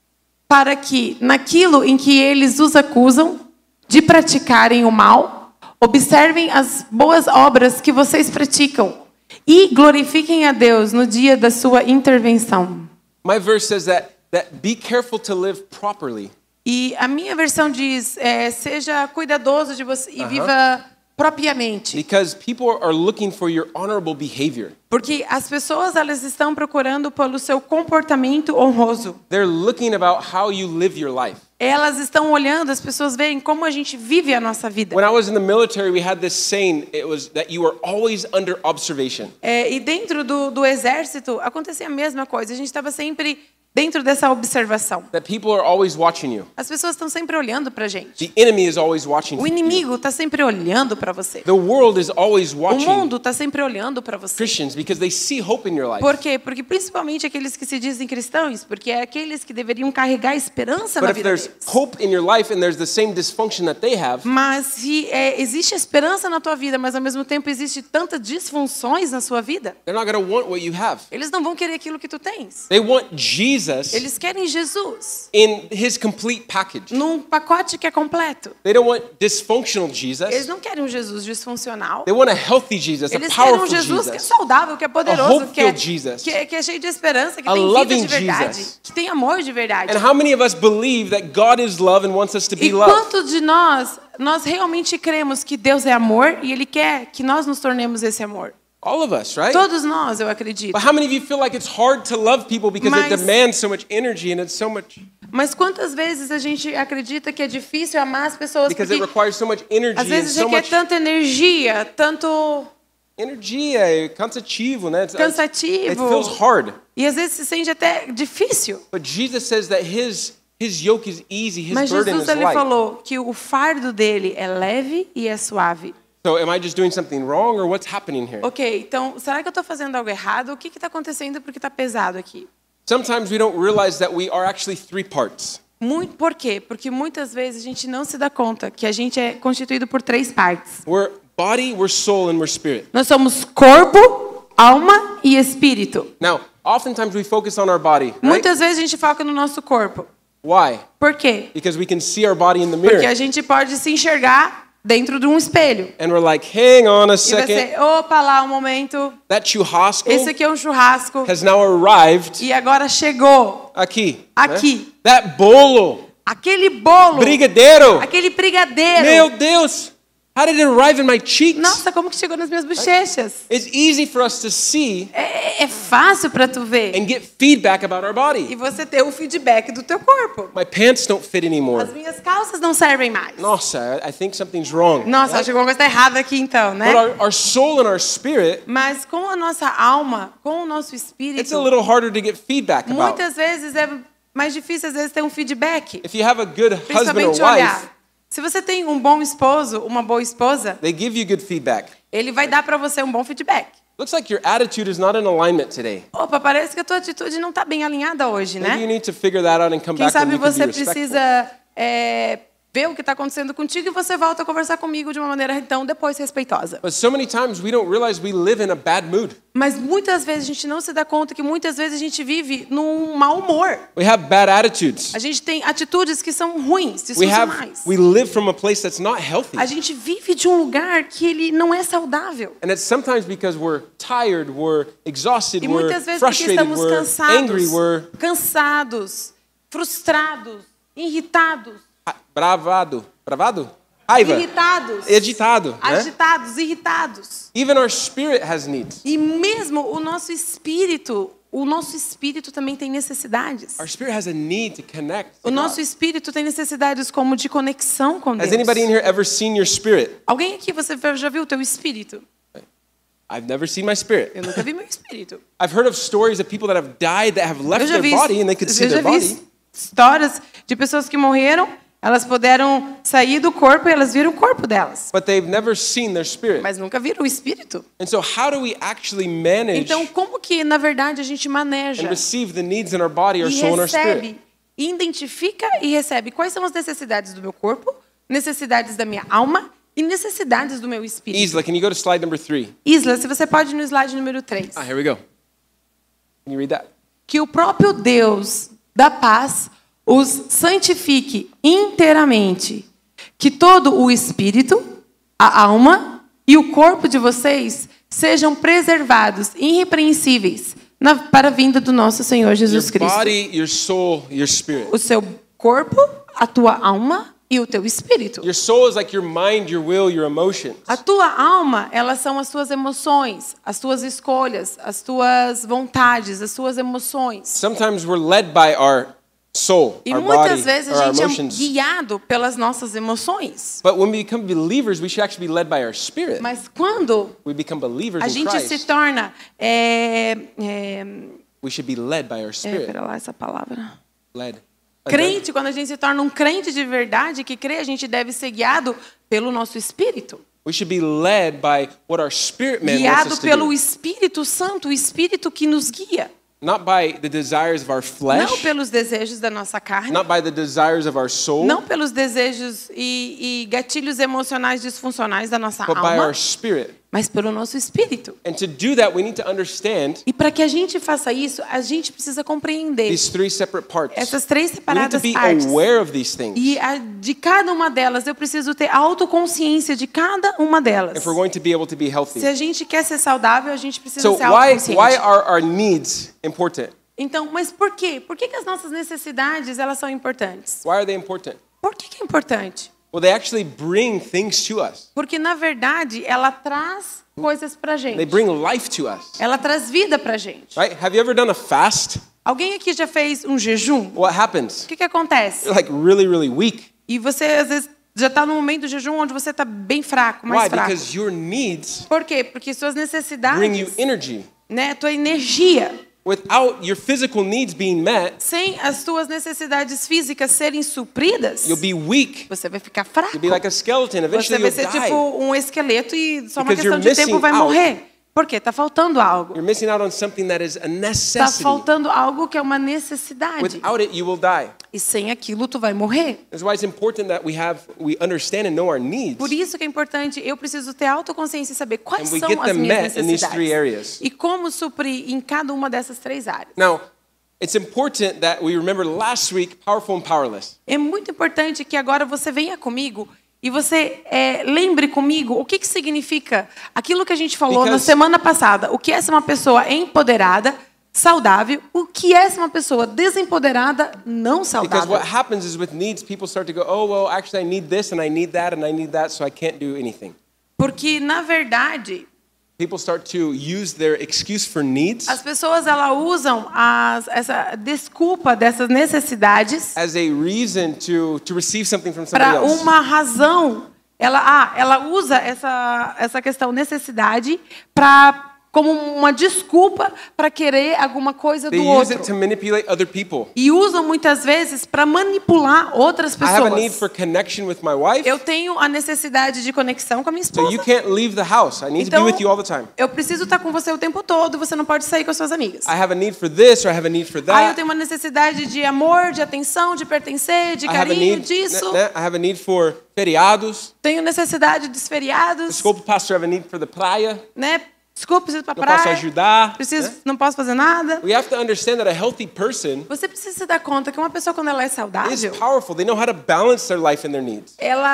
Speaker 3: para que, naquilo em que eles os acusam de praticarem o mal, observem as boas obras que vocês praticam e glorifiquem a Deus no dia da sua intervenção.
Speaker 2: My verse says that be careful to live properly.
Speaker 3: E a minha versão diz, seja cuidadoso de você e viva propriamente.
Speaker 2: Because people are looking for your honorable behavior.
Speaker 3: Porque as pessoas elas estão procurando pelo seu comportamento honroso.
Speaker 2: They're looking about how you live your life.
Speaker 3: Elas estão olhando, as pessoas veem como a gente vive a nossa vida.
Speaker 2: When I was in the military, we had this saying, it was that you were always under observation.
Speaker 3: E dentro do exército acontecia a mesma coisa. A gente estava sempre dentro dessa observação.
Speaker 2: That people are always watching you.
Speaker 3: As pessoas estão sempre olhando para a gente.
Speaker 2: The enemy is always watching
Speaker 3: O
Speaker 2: you.
Speaker 3: inimigo está sempre olhando para você.
Speaker 2: The world is always
Speaker 3: O
Speaker 2: watching
Speaker 3: mundo está sempre olhando para você.
Speaker 2: Christians because they see hope in your life.
Speaker 3: Por quê? Porque principalmente aqueles que se dizem cristãos, porque é aqueles que deveriam carregar esperança na
Speaker 2: But if
Speaker 3: vida
Speaker 2: there's
Speaker 3: deles.
Speaker 2: hope in your life and there's the same dysfunction that they have,
Speaker 3: Mas se existe esperança na tua vida, mas ao mesmo tempo existe tantas disfunções na sua vida,
Speaker 2: they're not going to want what you have.
Speaker 3: eles não vão querer aquilo que tu tens.
Speaker 2: They want Jesus
Speaker 3: Eles querem Jesus
Speaker 2: in his complete package.
Speaker 3: num pacote que é completo.
Speaker 2: They don't want dysfunctional
Speaker 3: Eles
Speaker 2: Jesus.
Speaker 3: não querem um Jesus disfuncional.
Speaker 2: They want a healthy Jesus, a
Speaker 3: Eles querem
Speaker 2: powerful
Speaker 3: um Jesus que é
Speaker 2: Jesus.
Speaker 3: saudável, que é
Speaker 2: A
Speaker 3: poderoso,
Speaker 2: hope-filled Jesus.
Speaker 3: que é cheio de esperança, que
Speaker 2: A
Speaker 3: tem vida
Speaker 2: loving
Speaker 3: de verdade,
Speaker 2: Jesus.
Speaker 3: que tem amor de verdade.
Speaker 2: And how many of us believe that God is love and wants us to be
Speaker 3: E
Speaker 2: loved?
Speaker 3: quanto de nós realmente cremos que Deus é amor e Ele quer que nós nos tornemos esse amor?
Speaker 2: All of us, right?
Speaker 3: Todos nós, eu acredito.
Speaker 2: But how many of you feel like it's hard to love people because it
Speaker 3: Mas-
Speaker 2: demands so much energy and it's so much
Speaker 3: Mas quantas vezes a gente acredita que é difícil amar as pessoas
Speaker 2: because it
Speaker 3: porque
Speaker 2: requires so much energy
Speaker 3: às
Speaker 2: and
Speaker 3: vezes
Speaker 2: so
Speaker 3: requer
Speaker 2: much
Speaker 3: tanta energia, tanto
Speaker 2: energia, é cansativo, né? It
Speaker 3: cansativo.
Speaker 2: feels hard.
Speaker 3: E às vezes se sente até difícil.
Speaker 2: But Jesus says that his yoke is easy, his
Speaker 3: Mas
Speaker 2: burden
Speaker 3: Jesus
Speaker 2: is
Speaker 3: ele
Speaker 2: light.
Speaker 3: falou que o fardo dele é leve e é suave.
Speaker 2: So am I just doing something wrong or what's happening here?
Speaker 3: Ok, então será que eu estou fazendo algo errado? O que está acontecendo porque está pesado aqui?
Speaker 2: Sometimes we don't realize that we are actually three parts.
Speaker 3: Por quê? Porque muitas vezes a gente não se dá conta que a gente é constituído por 3 partes.
Speaker 2: We're body, we're soul, and we're spirit.
Speaker 3: Nós somos corpo, alma e espírito.
Speaker 2: Now, oftentimes we focus on our body, right?
Speaker 3: Muitas vezes a gente foca no nosso corpo.
Speaker 2: Why?
Speaker 3: Por quê?
Speaker 2: Because we can see our body in the
Speaker 3: Porque
Speaker 2: mirror.
Speaker 3: a gente pode se enxergar dentro de um espelho.
Speaker 2: And we're like, hang on a
Speaker 3: E você,
Speaker 2: second.
Speaker 3: opa lá um momento,
Speaker 2: That churrasco
Speaker 3: esse aqui é um churrasco
Speaker 2: has now arrived
Speaker 3: e agora chegou
Speaker 2: aqui.
Speaker 3: aqui.
Speaker 2: Né? That bolo,
Speaker 3: Aquele bolo,
Speaker 2: brigadeiro.
Speaker 3: aquele brigadeiro.
Speaker 2: Meu Deus, how did it arrive in my cheeks?
Speaker 3: Nossa, como que chegou nas minhas bochechas?
Speaker 2: It's easy for us to see
Speaker 3: É fácil para tu ver
Speaker 2: and get feedback about our
Speaker 3: e
Speaker 2: body.
Speaker 3: você ter o feedback do teu corpo.
Speaker 2: My pants don't fit anymore.
Speaker 3: As minhas calças não servem mais.
Speaker 2: Nossa, I think something's wrong.
Speaker 3: Nossa, acho que alguma coisa está errada aqui então, né?
Speaker 2: But our soul and our spirit,
Speaker 3: Mas com a nossa alma, com o nosso
Speaker 2: it's a
Speaker 3: espírito,
Speaker 2: little harder to get feedback about.
Speaker 3: muitas vezes é mais difícil às vezes ter um feedback.
Speaker 2: If you have a good husband or
Speaker 3: Principalmente
Speaker 2: wife,
Speaker 3: olhar. Se você tem um bom esposo, uma boa esposa,
Speaker 2: they give you good feedback.
Speaker 3: ele vai dar para você um bom feedback.
Speaker 2: Looks like your attitude is not in alignment today.
Speaker 3: Opa, parece que a tua atitude não está bem alinhada hoje,
Speaker 2: Maybe you
Speaker 3: né?
Speaker 2: need to figure that out and come
Speaker 3: Quem
Speaker 2: back when
Speaker 3: sabe
Speaker 2: you can be
Speaker 3: você
Speaker 2: respectful.
Speaker 3: precisa ver o que está acontecendo contigo e você volta a conversar comigo de uma maneira, então, depois respeitosa.
Speaker 2: But so many times we don't realize we live in a bad mood.
Speaker 3: Mas muitas vezes a gente não se dá conta que muitas vezes a gente vive num mau humor.
Speaker 2: We have bad attitudes.
Speaker 3: A gente tem atitudes que são ruins, disfuncionais.
Speaker 2: We live from a place that's not healthy.
Speaker 3: A gente vive de um lugar que ele não é saudável.
Speaker 2: And it's sometimes because we're tired, we're exhausted,
Speaker 3: E
Speaker 2: we're
Speaker 3: muitas vezes porque
Speaker 2: frustrated,
Speaker 3: estamos
Speaker 2: we're angry,
Speaker 3: cansados, cansados, frustrados, irritados,
Speaker 2: bravado, raiva,
Speaker 3: irritados,
Speaker 2: agitado, né?
Speaker 3: agitados, irritados.
Speaker 2: Even our spirit has needs.
Speaker 3: E mesmo o nosso espírito também tem necessidades.
Speaker 2: Our spirit has a need to connect.
Speaker 3: O nosso espírito tem necessidades como de conexão com Deus.
Speaker 2: Has anybody in here ever seen your spirit?
Speaker 3: Alguém aqui, você já viu o teu espírito?
Speaker 2: I've never seen my spirit.
Speaker 3: Eu nunca vi meu espírito.
Speaker 2: I've heard of stories of people that have died that have left
Speaker 3: Eu já
Speaker 2: their
Speaker 3: vi,
Speaker 2: body and they could see their body.
Speaker 3: histórias de pessoas que morreram, elas puderam sair do corpo e elas viram o corpo delas.
Speaker 2: But they've never seen their spirit.
Speaker 3: Mas nunca viram o espírito.
Speaker 2: And so how do we actually manage
Speaker 3: Então, como que, na verdade, a gente maneja
Speaker 2: and receive the needs in our body, our
Speaker 3: e
Speaker 2: soul, and our spirit?
Speaker 3: recebe, identifica e recebe quais são as necessidades do meu corpo, necessidades da minha alma e necessidades do meu espírito?
Speaker 2: Isla, can you go to slide number 3?
Speaker 3: Isla, se você pode ir no slide número 3.
Speaker 2: Here we go. Can you read that?
Speaker 3: Que o próprio Deus da paz os santifique inteiramente, que todo o espírito, a alma e o corpo de vocês sejam preservados, irrepreensíveis, para a vinda do nosso Senhor Jesus
Speaker 2: Your
Speaker 3: Cristo.
Speaker 2: body, your soul, your spirit.
Speaker 3: O seu corpo, a tua alma e o teu espírito.
Speaker 2: Your soul is like your mind, your will, your emotions.
Speaker 3: A tua alma, elas são as tuas emoções, as tuas escolhas, as tuas vontades, as tuas emoções.
Speaker 2: Sometimes we're led by our soul,
Speaker 3: E
Speaker 2: our
Speaker 3: muitas
Speaker 2: body,
Speaker 3: vezes
Speaker 2: or
Speaker 3: a
Speaker 2: our
Speaker 3: gente é
Speaker 2: emotions.
Speaker 3: guiado pelas nossas emoções.
Speaker 2: But when we become believers, we should actually be led by our spirit.
Speaker 3: Mas quando
Speaker 2: We become believers
Speaker 3: a
Speaker 2: in
Speaker 3: gente se
Speaker 2: Christ.
Speaker 3: torna
Speaker 2: We should be led by our spirit.
Speaker 3: pera lá essa palavra.
Speaker 2: Led.
Speaker 3: Crente, quando a gente se torna um crente de verdade que crê, a gente deve ser guiado pelo nosso espírito.
Speaker 2: We should be led by what our spirit man wants
Speaker 3: Guiado
Speaker 2: us to
Speaker 3: pelo
Speaker 2: do.
Speaker 3: Espírito Santo, o Espírito que nos guia.
Speaker 2: Not by the desires of our
Speaker 3: Não
Speaker 2: flesh,
Speaker 3: pelos desejos da nossa carne.
Speaker 2: not by the desires of our soul,
Speaker 3: Não pelos desejos e gatilhos emocionais disfuncionais da nossa
Speaker 2: but by
Speaker 3: alma,
Speaker 2: our spirit.
Speaker 3: mas pelo nosso espírito.
Speaker 2: And to do that, we need to understand
Speaker 3: E para que a gente faça isso, a gente precisa compreender
Speaker 2: these 3 separate parts.
Speaker 3: essas 3
Speaker 2: We need to
Speaker 3: separadas
Speaker 2: be
Speaker 3: partes.
Speaker 2: aware of these things.
Speaker 3: E de cada uma delas, eu preciso ter autoconsciência de cada uma delas.
Speaker 2: If we're going to be able to be healthy.
Speaker 3: Se a gente quer ser saudável, a gente precisa
Speaker 2: So
Speaker 3: ser
Speaker 2: why
Speaker 3: autoconsciente.
Speaker 2: are our needs important?
Speaker 3: Então, mas por quê? Por que as nossas necessidades elas são importantes?
Speaker 2: Why are they important?
Speaker 3: Por que é importante?
Speaker 2: Well, they actually bring things to us.
Speaker 3: Porque, na verdade, ela traz coisas pra
Speaker 2: They
Speaker 3: gente.
Speaker 2: bring life to us.
Speaker 3: Ela traz vida pra gente.
Speaker 2: Right? Have you ever done a fast?
Speaker 3: Alguém aqui já fez um jejum?
Speaker 2: What happens?
Speaker 3: O que acontece?
Speaker 2: You're like really weak.
Speaker 3: E você, às vezes, já está no momento do jejum onde você está bem fraco, mais
Speaker 2: Why?
Speaker 3: fraco.
Speaker 2: Because your needs
Speaker 3: Por quê? Porque suas
Speaker 2: bring you
Speaker 3: necessidades,
Speaker 2: energy.
Speaker 3: né, tua energia,
Speaker 2: Without your physical needs being met,
Speaker 3: sem as tuas necessidades físicas serem supridas,
Speaker 2: you'll be weak.
Speaker 3: você vai ficar fraco.
Speaker 2: You'll be like a skeleton.
Speaker 3: Você
Speaker 2: Eventually
Speaker 3: vai
Speaker 2: you'll
Speaker 3: ser
Speaker 2: die.
Speaker 3: tipo um esqueleto e só uma
Speaker 2: Because
Speaker 3: questão
Speaker 2: you're
Speaker 3: de tempo
Speaker 2: missing
Speaker 3: vai
Speaker 2: out.
Speaker 3: morrer. Por quê? Está faltando algo.
Speaker 2: You're missing out on something that is a
Speaker 3: Está
Speaker 2: necessity.
Speaker 3: faltando algo que é uma necessidade.
Speaker 2: Without it, you will die.
Speaker 3: E sem aquilo, tu vai morrer.
Speaker 2: That's why it's important that we understand and know our needs.
Speaker 3: Por isso que é importante, eu preciso ter autoconsciência e saber quais
Speaker 2: And we
Speaker 3: são
Speaker 2: get
Speaker 3: as
Speaker 2: them
Speaker 3: minhas
Speaker 2: met in these 3 areas.
Speaker 3: necessidades. E como suprir em cada uma dessas 3 áreas.
Speaker 2: Now, it's important that we remember last week, powerful and powerless.
Speaker 3: É muito importante que agora você venha comigo e você lembre comigo o que significa aquilo que a gente falou na semana passada. O que é ser uma pessoa empoderada, saudável. O que é ser uma pessoa desempoderada, não
Speaker 2: Because
Speaker 3: saudável.
Speaker 2: what happens is with needs, people start to go, oh, well, actually I need this and I need that and I need that, so I can't do anything.
Speaker 3: Porque, na verdade,
Speaker 2: People start to use their excuse for needs
Speaker 3: as pessoas elas usam essa desculpa dessas necessidades
Speaker 2: as a reason to receive something from somebody
Speaker 3: para
Speaker 2: else.
Speaker 3: uma razão. Ela usa essa questão necessidade para como uma desculpa para querer alguma coisa
Speaker 2: They
Speaker 3: do
Speaker 2: use it
Speaker 3: outro.
Speaker 2: to manipulate other people.
Speaker 3: E usam muitas vezes para manipular outras
Speaker 2: I have a need
Speaker 3: pessoas.
Speaker 2: for connection with my wife,
Speaker 3: Eu tenho a necessidade de conexão com a minha
Speaker 2: so
Speaker 3: esposa.
Speaker 2: you can't leave the house. I need to be
Speaker 3: Então,
Speaker 2: with you all the time.
Speaker 3: eu preciso estar com você o tempo todo, você não pode sair com as suas amigas.
Speaker 2: I have a need for this or I have a need for
Speaker 3: Eu
Speaker 2: that.
Speaker 3: tenho uma necessidade de amor, de atenção, de pertencer, de
Speaker 2: I have a
Speaker 3: carinho,
Speaker 2: need,
Speaker 3: disso.
Speaker 2: I have a need for feriados.
Speaker 3: Tenho necessidade dos feriados,
Speaker 2: Desculpa, pastor, I have a need for the praia.
Speaker 3: né? Desculpa, preciso ir pra
Speaker 2: Eu posso
Speaker 3: praia.
Speaker 2: ajudar.
Speaker 3: Preciso, não posso fazer nada.
Speaker 2: We have to understand that a healthy person
Speaker 3: Você precisa se dar conta que uma pessoa, quando ela é
Speaker 2: is
Speaker 3: saudável,
Speaker 2: powerful. They know how to balance their life and their needs.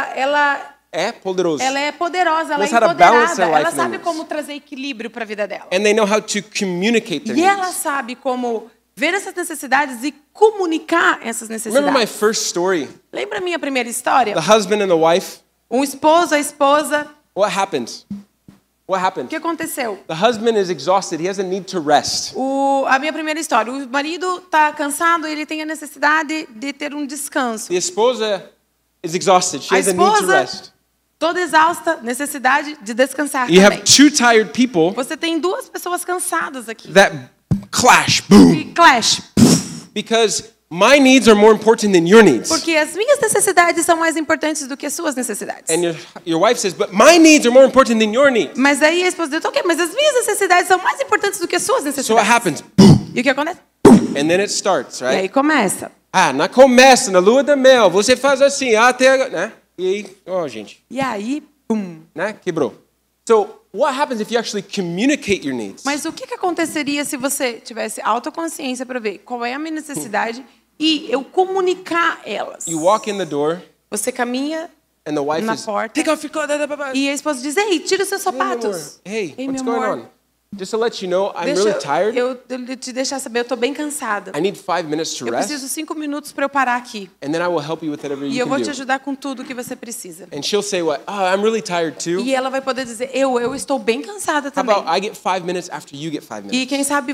Speaker 3: ela
Speaker 2: É poderoso.
Speaker 3: é poderosa, ela é
Speaker 2: Knows how to balance
Speaker 3: empoderada.
Speaker 2: their life
Speaker 3: Ela
Speaker 2: and
Speaker 3: sabe
Speaker 2: needs.
Speaker 3: como trazer equilíbrio para a vida dela.
Speaker 2: And they know how to communicate their
Speaker 3: E ela
Speaker 2: needs.
Speaker 3: sabe como ver essas necessidades e comunicar essas
Speaker 2: Remember my
Speaker 3: necessidades.
Speaker 2: first story?
Speaker 3: Lembra a minha primeira história?
Speaker 2: The husband and the wife.
Speaker 3: Um esposo, a esposa.
Speaker 2: What happens? What
Speaker 3: O
Speaker 2: happened?
Speaker 3: que aconteceu?
Speaker 2: The husband is exhausted. He has a need to rest.
Speaker 3: A minha primeira história. O marido está cansado e ele tem a necessidade de ter um descanso.
Speaker 2: The esposa is exhausted. She
Speaker 3: A
Speaker 2: has a need to
Speaker 3: esposa,
Speaker 2: rest.
Speaker 3: toda exausta, necessidade de descansar
Speaker 2: You
Speaker 3: também.
Speaker 2: have two tired people
Speaker 3: Você tem duas pessoas cansadas aqui.
Speaker 2: that clash, boom,
Speaker 3: E clash.
Speaker 2: because my needs are more important than your needs.
Speaker 3: Porque as minhas necessidades são mais importantes do que as suas necessidades.
Speaker 2: And your wife says, but my needs are more important than your needs.
Speaker 3: Mas aí a esposa diz, ok, mas as minhas necessidades são mais importantes do que as suas
Speaker 2: So what
Speaker 3: necessidades.
Speaker 2: happens? Boom,
Speaker 3: E o que acontece?
Speaker 2: and then it starts,
Speaker 3: E aí
Speaker 2: right?
Speaker 3: começa.
Speaker 2: Ah, na começa, na lua da mel, você faz assim, até, né? E aí, oh, gente,
Speaker 3: E aí, pum.
Speaker 2: né? Quebrou. So what happens if you actually communicate your needs?
Speaker 3: Mas o que aconteceria se você tivesse autoconsciência para ver qual é a minha necessidade e eu comunicar elas?
Speaker 2: You walk in the door,
Speaker 3: Você caminha
Speaker 2: and the wife
Speaker 3: na
Speaker 2: is,
Speaker 3: porta
Speaker 2: take off your clothes.
Speaker 3: e a esposa diz, ei, tira os seus
Speaker 2: Hey, meu amor.
Speaker 3: sapatos.
Speaker 2: Hey,
Speaker 3: Ei,
Speaker 2: what's
Speaker 3: meu
Speaker 2: going
Speaker 3: amor.
Speaker 2: on? Just to let you know, I'm
Speaker 3: Deixa
Speaker 2: really tired.
Speaker 3: eu te deixar saber, eu tô bem cansada.
Speaker 2: I need 5 minutes to
Speaker 3: Eu
Speaker 2: rest,
Speaker 3: preciso 5 minutos para eu parar aqui.
Speaker 2: and then I will help you with whatever
Speaker 3: E
Speaker 2: you
Speaker 3: eu vou
Speaker 2: can
Speaker 3: te
Speaker 2: do.
Speaker 3: ajudar com tudo que você precisa.
Speaker 2: And she'll say what? Oh, I'm really tired too.
Speaker 3: E ela vai poder dizer, eu estou bem cansada
Speaker 2: How
Speaker 3: também.
Speaker 2: about I get 5 minutes after you get 5 minutes?
Speaker 3: E quem sabe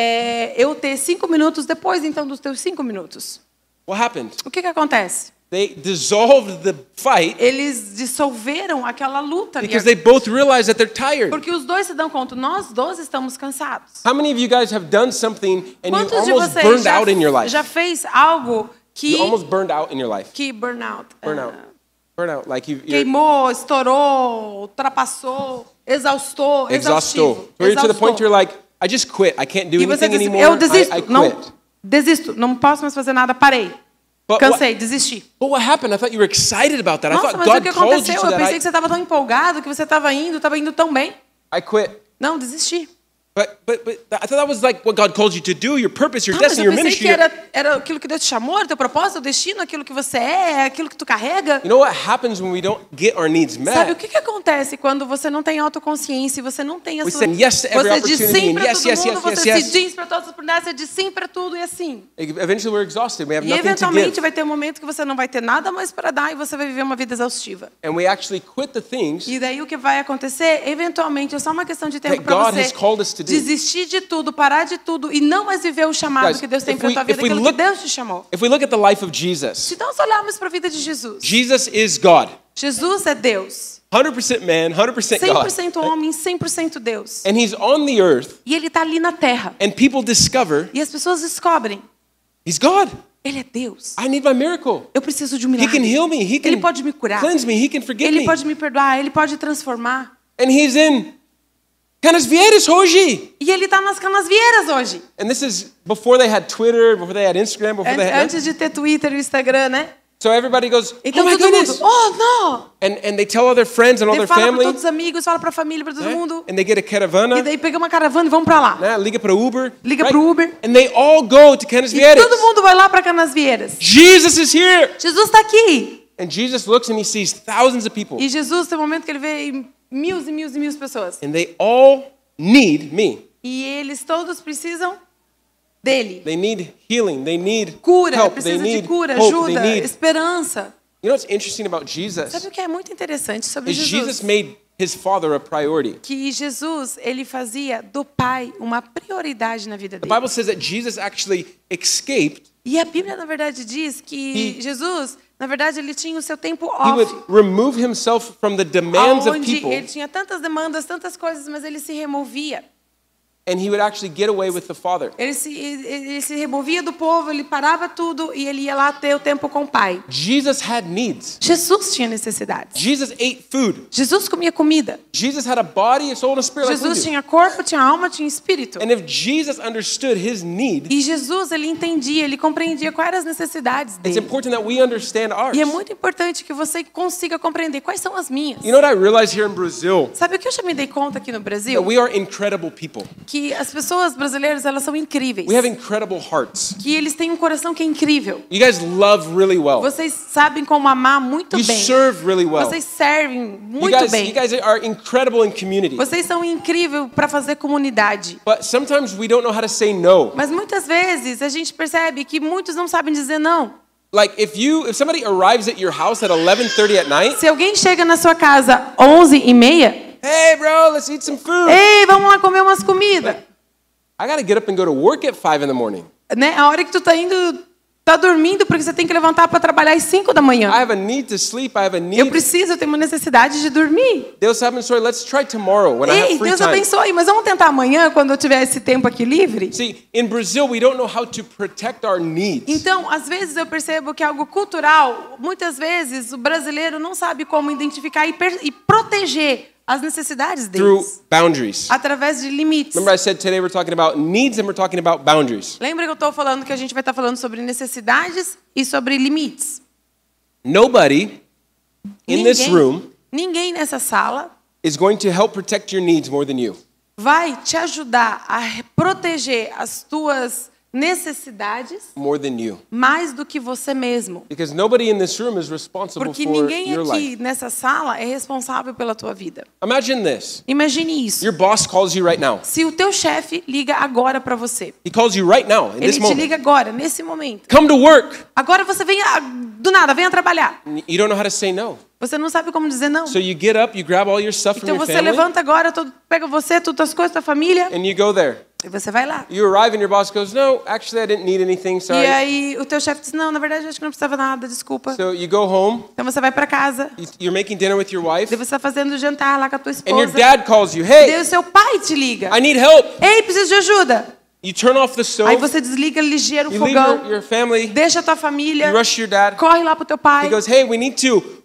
Speaker 3: eu ter 5 minutos depois, então, dos teus 5 minutos.
Speaker 2: What happened?
Speaker 3: O que acontece?
Speaker 2: They dissolved the fight
Speaker 3: Eles dissolveram aquela luta ali.
Speaker 2: because they both realize that they're tired.
Speaker 3: Porque os dois se dão conta, nós dois estamos cansados.
Speaker 2: How many of you guys have done something and you
Speaker 3: Quantos de
Speaker 2: almost
Speaker 3: vocês
Speaker 2: burned out in your life?
Speaker 3: já fez algo que...
Speaker 2: You almost burned out in your life.
Speaker 3: burnout.
Speaker 2: Burnout. Burnout. Like you're
Speaker 3: Queimou, estourou, ultrapassou, exaustou,
Speaker 2: exhausted.
Speaker 3: exaustivo.
Speaker 2: Where you're to the point
Speaker 3: exaustou.
Speaker 2: you're like, I just quit. I can't do
Speaker 3: E você
Speaker 2: anything
Speaker 3: diz,
Speaker 2: anymore.
Speaker 3: eu desisto,
Speaker 2: I
Speaker 3: não,
Speaker 2: quit.
Speaker 3: desisto, não posso mais fazer nada, parei.
Speaker 2: But
Speaker 3: Cansei, desisti.
Speaker 2: But what happened? I thought you were excited about that. I
Speaker 3: Nossa,
Speaker 2: thought
Speaker 3: mas o
Speaker 2: God
Speaker 3: que
Speaker 2: called you
Speaker 3: aconteceu?
Speaker 2: to
Speaker 3: Eu pensei
Speaker 2: that.
Speaker 3: que você estava tão empolgado, que você estava indo tão bem.
Speaker 2: I quit.
Speaker 3: Não, desisti.
Speaker 2: But I thought that was like what God called you to do, your purpose, your
Speaker 3: Não, mas
Speaker 2: destiny,
Speaker 3: eu
Speaker 2: your
Speaker 3: pensei
Speaker 2: ministry.
Speaker 3: que era aquilo que Deus te chamou, era o teu propósito, o destino, aquilo que você é aquilo que tu carrega.
Speaker 2: You know what happens when we don't get our needs
Speaker 3: Sabe o
Speaker 2: met?
Speaker 3: que acontece quando você não tem autoconsciência e você não tem a
Speaker 2: We
Speaker 3: sua...
Speaker 2: say yes to every
Speaker 3: Você diz
Speaker 2: opportunity
Speaker 3: sim
Speaker 2: and
Speaker 3: para
Speaker 2: yes,
Speaker 3: todo
Speaker 2: yes,
Speaker 3: mundo,
Speaker 2: yes,
Speaker 3: você
Speaker 2: yes,
Speaker 3: se
Speaker 2: yes.
Speaker 3: diz para todas as oportunidades, você diz sim para tudo e assim.
Speaker 2: Eventually we're exhausted. We have
Speaker 3: E
Speaker 2: nothing to
Speaker 3: eventualmente
Speaker 2: give.
Speaker 3: vai ter um momento que você não vai ter nada mais para dar e você vai viver uma vida exaustiva.
Speaker 2: And we actually quit the things
Speaker 3: E daí o que vai acontecer, eventualmente, é só uma questão de tempo
Speaker 2: that
Speaker 3: para
Speaker 2: God
Speaker 3: você
Speaker 2: has called us to do.
Speaker 3: desistir de tudo, parar de tudo e não mais viver o chamado
Speaker 2: Guys,
Speaker 3: que Deus tem
Speaker 2: if
Speaker 3: para
Speaker 2: we-
Speaker 3: tua vida,
Speaker 2: if we
Speaker 3: aquilo
Speaker 2: look-
Speaker 3: que Deus te chamou.
Speaker 2: If we look at the life of Jesus,
Speaker 3: Então, se olharmos para a vida de Jesus,
Speaker 2: Jesus is God.
Speaker 3: Jesus é Deus.
Speaker 2: 100% man, 100% God.
Speaker 3: 100% homem, 100% Deus.
Speaker 2: And he's on the earth
Speaker 3: E ele está ali na terra.
Speaker 2: and people discover
Speaker 3: E as pessoas descobrem,
Speaker 2: he's God.
Speaker 3: ele é Deus.
Speaker 2: I need my miracle.
Speaker 3: Eu preciso de um
Speaker 2: He can
Speaker 3: milagre.
Speaker 2: heal me. He
Speaker 3: Ele
Speaker 2: can
Speaker 3: pode me curar.
Speaker 2: cleanse me. He can forgive
Speaker 3: Ele
Speaker 2: me.
Speaker 3: pode me perdoar, ele pode transformar.
Speaker 2: And he's in Canasvieiras hoje.
Speaker 3: E ele está nas Canasvieiras hoje.
Speaker 2: And this is before they had Twitter, before they had Instagram, before they had...
Speaker 3: Antes de ter Twitter e Instagram, né?
Speaker 2: So everybody goes,
Speaker 3: Então
Speaker 2: oh my
Speaker 3: todo mundo,
Speaker 2: goodness.
Speaker 3: oh, não!
Speaker 2: And they tell all their friends and all
Speaker 3: Ele
Speaker 2: their
Speaker 3: fala para
Speaker 2: family.
Speaker 3: todos os amigos, fala para a família, para todo
Speaker 2: né?
Speaker 3: mundo.
Speaker 2: And they get a caravana.
Speaker 3: E daí pega uma caravana e vamos para lá.
Speaker 2: né? Liga para Uber.
Speaker 3: Liga
Speaker 2: right?
Speaker 3: pro Uber.
Speaker 2: And they all go to
Speaker 3: E
Speaker 2: Canasvieiras.
Speaker 3: todo mundo vai lá para Canasvieiras.
Speaker 2: Jesus is here.
Speaker 3: Jesus está aqui.
Speaker 2: And Jesus looks and he sees thousands of people.
Speaker 3: E Jesus tem um momento que ele vê mil e mil e mil pessoas.
Speaker 2: And they all need me.
Speaker 3: E eles todos precisam dele.
Speaker 2: They need healing. They need
Speaker 3: Cura,
Speaker 2: help. They
Speaker 3: precisa de
Speaker 2: need
Speaker 3: cura,
Speaker 2: hope.
Speaker 3: ajuda,
Speaker 2: They need...
Speaker 3: esperança.
Speaker 2: You know what's interesting about Jesus?
Speaker 3: Sabe o que é muito interessante sobre
Speaker 2: Is Jesus
Speaker 3: Jesus?
Speaker 2: made his Father a priority.
Speaker 3: Que Jesus, ele fazia do Pai uma prioridade na vida
Speaker 2: The
Speaker 3: dele.
Speaker 2: Bible says that Jesus actually escaped.
Speaker 3: E a Bíblia, na verdade, diz que Jesus, na verdade, ele tinha o seu tempo
Speaker 2: He would
Speaker 3: off.
Speaker 2: remove himself from the demands of
Speaker 3: Onde
Speaker 2: people
Speaker 3: ele tinha tantas demandas, tantas coisas, mas ele se removia.
Speaker 2: and he would actually get away with the Father.
Speaker 3: Ele se removia do povo, ele parava tudo e ele ia lá ter o tempo com o Pai.
Speaker 2: Jesus had needs.
Speaker 3: Jesus tinha necessidades.
Speaker 2: Jesus ate food.
Speaker 3: Jesus comia comida.
Speaker 2: Jesus had a body, a soul, and a spirit like we
Speaker 3: Jesus
Speaker 2: do.
Speaker 3: tinha corpo, tinha alma, tinha espírito.
Speaker 2: And if Jesus understood his need,
Speaker 3: E Jesus, ele entendia, ele compreendia quais eram as necessidades
Speaker 2: it's
Speaker 3: dele.
Speaker 2: important that we understand ours.
Speaker 3: E é muito importante que você consiga compreender quais são as minhas.
Speaker 2: You know what I realized here in Brazil?
Speaker 3: Sabe o que eu já me dei conta aqui no
Speaker 2: That
Speaker 3: Brasil?
Speaker 2: we are incredible people.
Speaker 3: Que as pessoas brasileiras, elas são incríveis.
Speaker 2: We have incredible hearts.
Speaker 3: Que eles têm um coração que é incrível.
Speaker 2: You guys love really well.
Speaker 3: Vocês sabem como amar muito
Speaker 2: You
Speaker 3: bem.
Speaker 2: serve really well.
Speaker 3: Vocês servem
Speaker 2: You
Speaker 3: muito bem.
Speaker 2: guys are incredible in community.
Speaker 3: Vocês são incríveis para fazer comunidade.
Speaker 2: But sometimes we don't know how to say no.
Speaker 3: Mas muitas vezes a gente percebe que muitos não sabem dizer não.
Speaker 2: Like if somebody arrives at your house at 11:30 at night,
Speaker 3: Se alguém chega na sua casa 11h30,
Speaker 2: hey bro, let's eat some food.
Speaker 3: ei, vamos lá comer umas comidas.
Speaker 2: I gotta get up and go to work at 5 in the morning.
Speaker 3: Né? A hora que tu tá dormindo porque você tem que levantar para trabalhar às 5 da manhã.
Speaker 2: I have a need to sleep. I have a
Speaker 3: Eu
Speaker 2: need.
Speaker 3: preciso, eu tenho uma necessidade de dormir.
Speaker 2: Deus abençoe. Let's try tomorrow when I have
Speaker 3: Ei,
Speaker 2: free
Speaker 3: Deus
Speaker 2: time.
Speaker 3: abençoe, mas vamos tentar amanhã quando eu tiver esse tempo aqui livre?
Speaker 2: See, in Brazil, we don't know how to protect our needs.
Speaker 3: Então, às vezes eu percebo que é algo cultural. Muitas vezes o brasileiro não sabe como identificar e proteger as necessidades
Speaker 2: Through
Speaker 3: deles
Speaker 2: boundaries.
Speaker 3: através de limites.
Speaker 2: Remember I said today we're talking about needs and we're talking about boundaries.
Speaker 3: Lembra que eu estou falando que a gente vai estar falando sobre necessidades e sobre limites?
Speaker 2: Nobody in this room
Speaker 3: Ninguém nessa sala
Speaker 2: is going to help protect your needs more than you.
Speaker 3: vai te ajudar a proteger as tuas necessidades
Speaker 2: More than you.
Speaker 3: mais do que você mesmo.
Speaker 2: Because nobody in this room is responsible
Speaker 3: Porque
Speaker 2: for
Speaker 3: ninguém
Speaker 2: your
Speaker 3: aqui
Speaker 2: life.
Speaker 3: nessa sala é responsável pela tua vida.
Speaker 2: Imagine this.
Speaker 3: Imagine isso.
Speaker 2: Your boss calls you right now.
Speaker 3: Se o teu chefe liga agora para você.
Speaker 2: He calls you right now, in
Speaker 3: Ele
Speaker 2: this
Speaker 3: te
Speaker 2: moment.
Speaker 3: liga agora, nesse momento.
Speaker 2: Come to work.
Speaker 3: Agora você vem do nada, venha trabalhar.
Speaker 2: You don't know how to say no.
Speaker 3: Você não sabe como dizer não.
Speaker 2: So you get up, you grab all your stuff from
Speaker 3: Então
Speaker 2: your
Speaker 3: você
Speaker 2: family,
Speaker 3: levanta agora, pega você, todas as coisas da família
Speaker 2: and you go there.
Speaker 3: e você vai lá.
Speaker 2: You arrive and your boss goes, no, actually I didn't need anything,
Speaker 3: E
Speaker 2: sorry.
Speaker 3: aí o teu chefe diz, não, na verdade acho que não precisava nada, desculpa.
Speaker 2: So you go home,
Speaker 3: Então você vai para casa,
Speaker 2: you're making dinner with your wife,
Speaker 3: daí você está fazendo jantar lá com a tua
Speaker 2: and your
Speaker 3: esposa.
Speaker 2: dad calls you,
Speaker 3: Daí
Speaker 2: hey,
Speaker 3: o seu pai te liga.
Speaker 2: I need help.
Speaker 3: Ei, preciso de ajuda.
Speaker 2: You turn off the
Speaker 3: Aí
Speaker 2: stove,
Speaker 3: você desliga ligeiro o
Speaker 2: you leave
Speaker 3: fogão,
Speaker 2: your family,
Speaker 3: deixa a tua família,
Speaker 2: you rush your dad.
Speaker 3: corre lá pro teu
Speaker 2: He
Speaker 3: pai.
Speaker 2: goes, hey, we need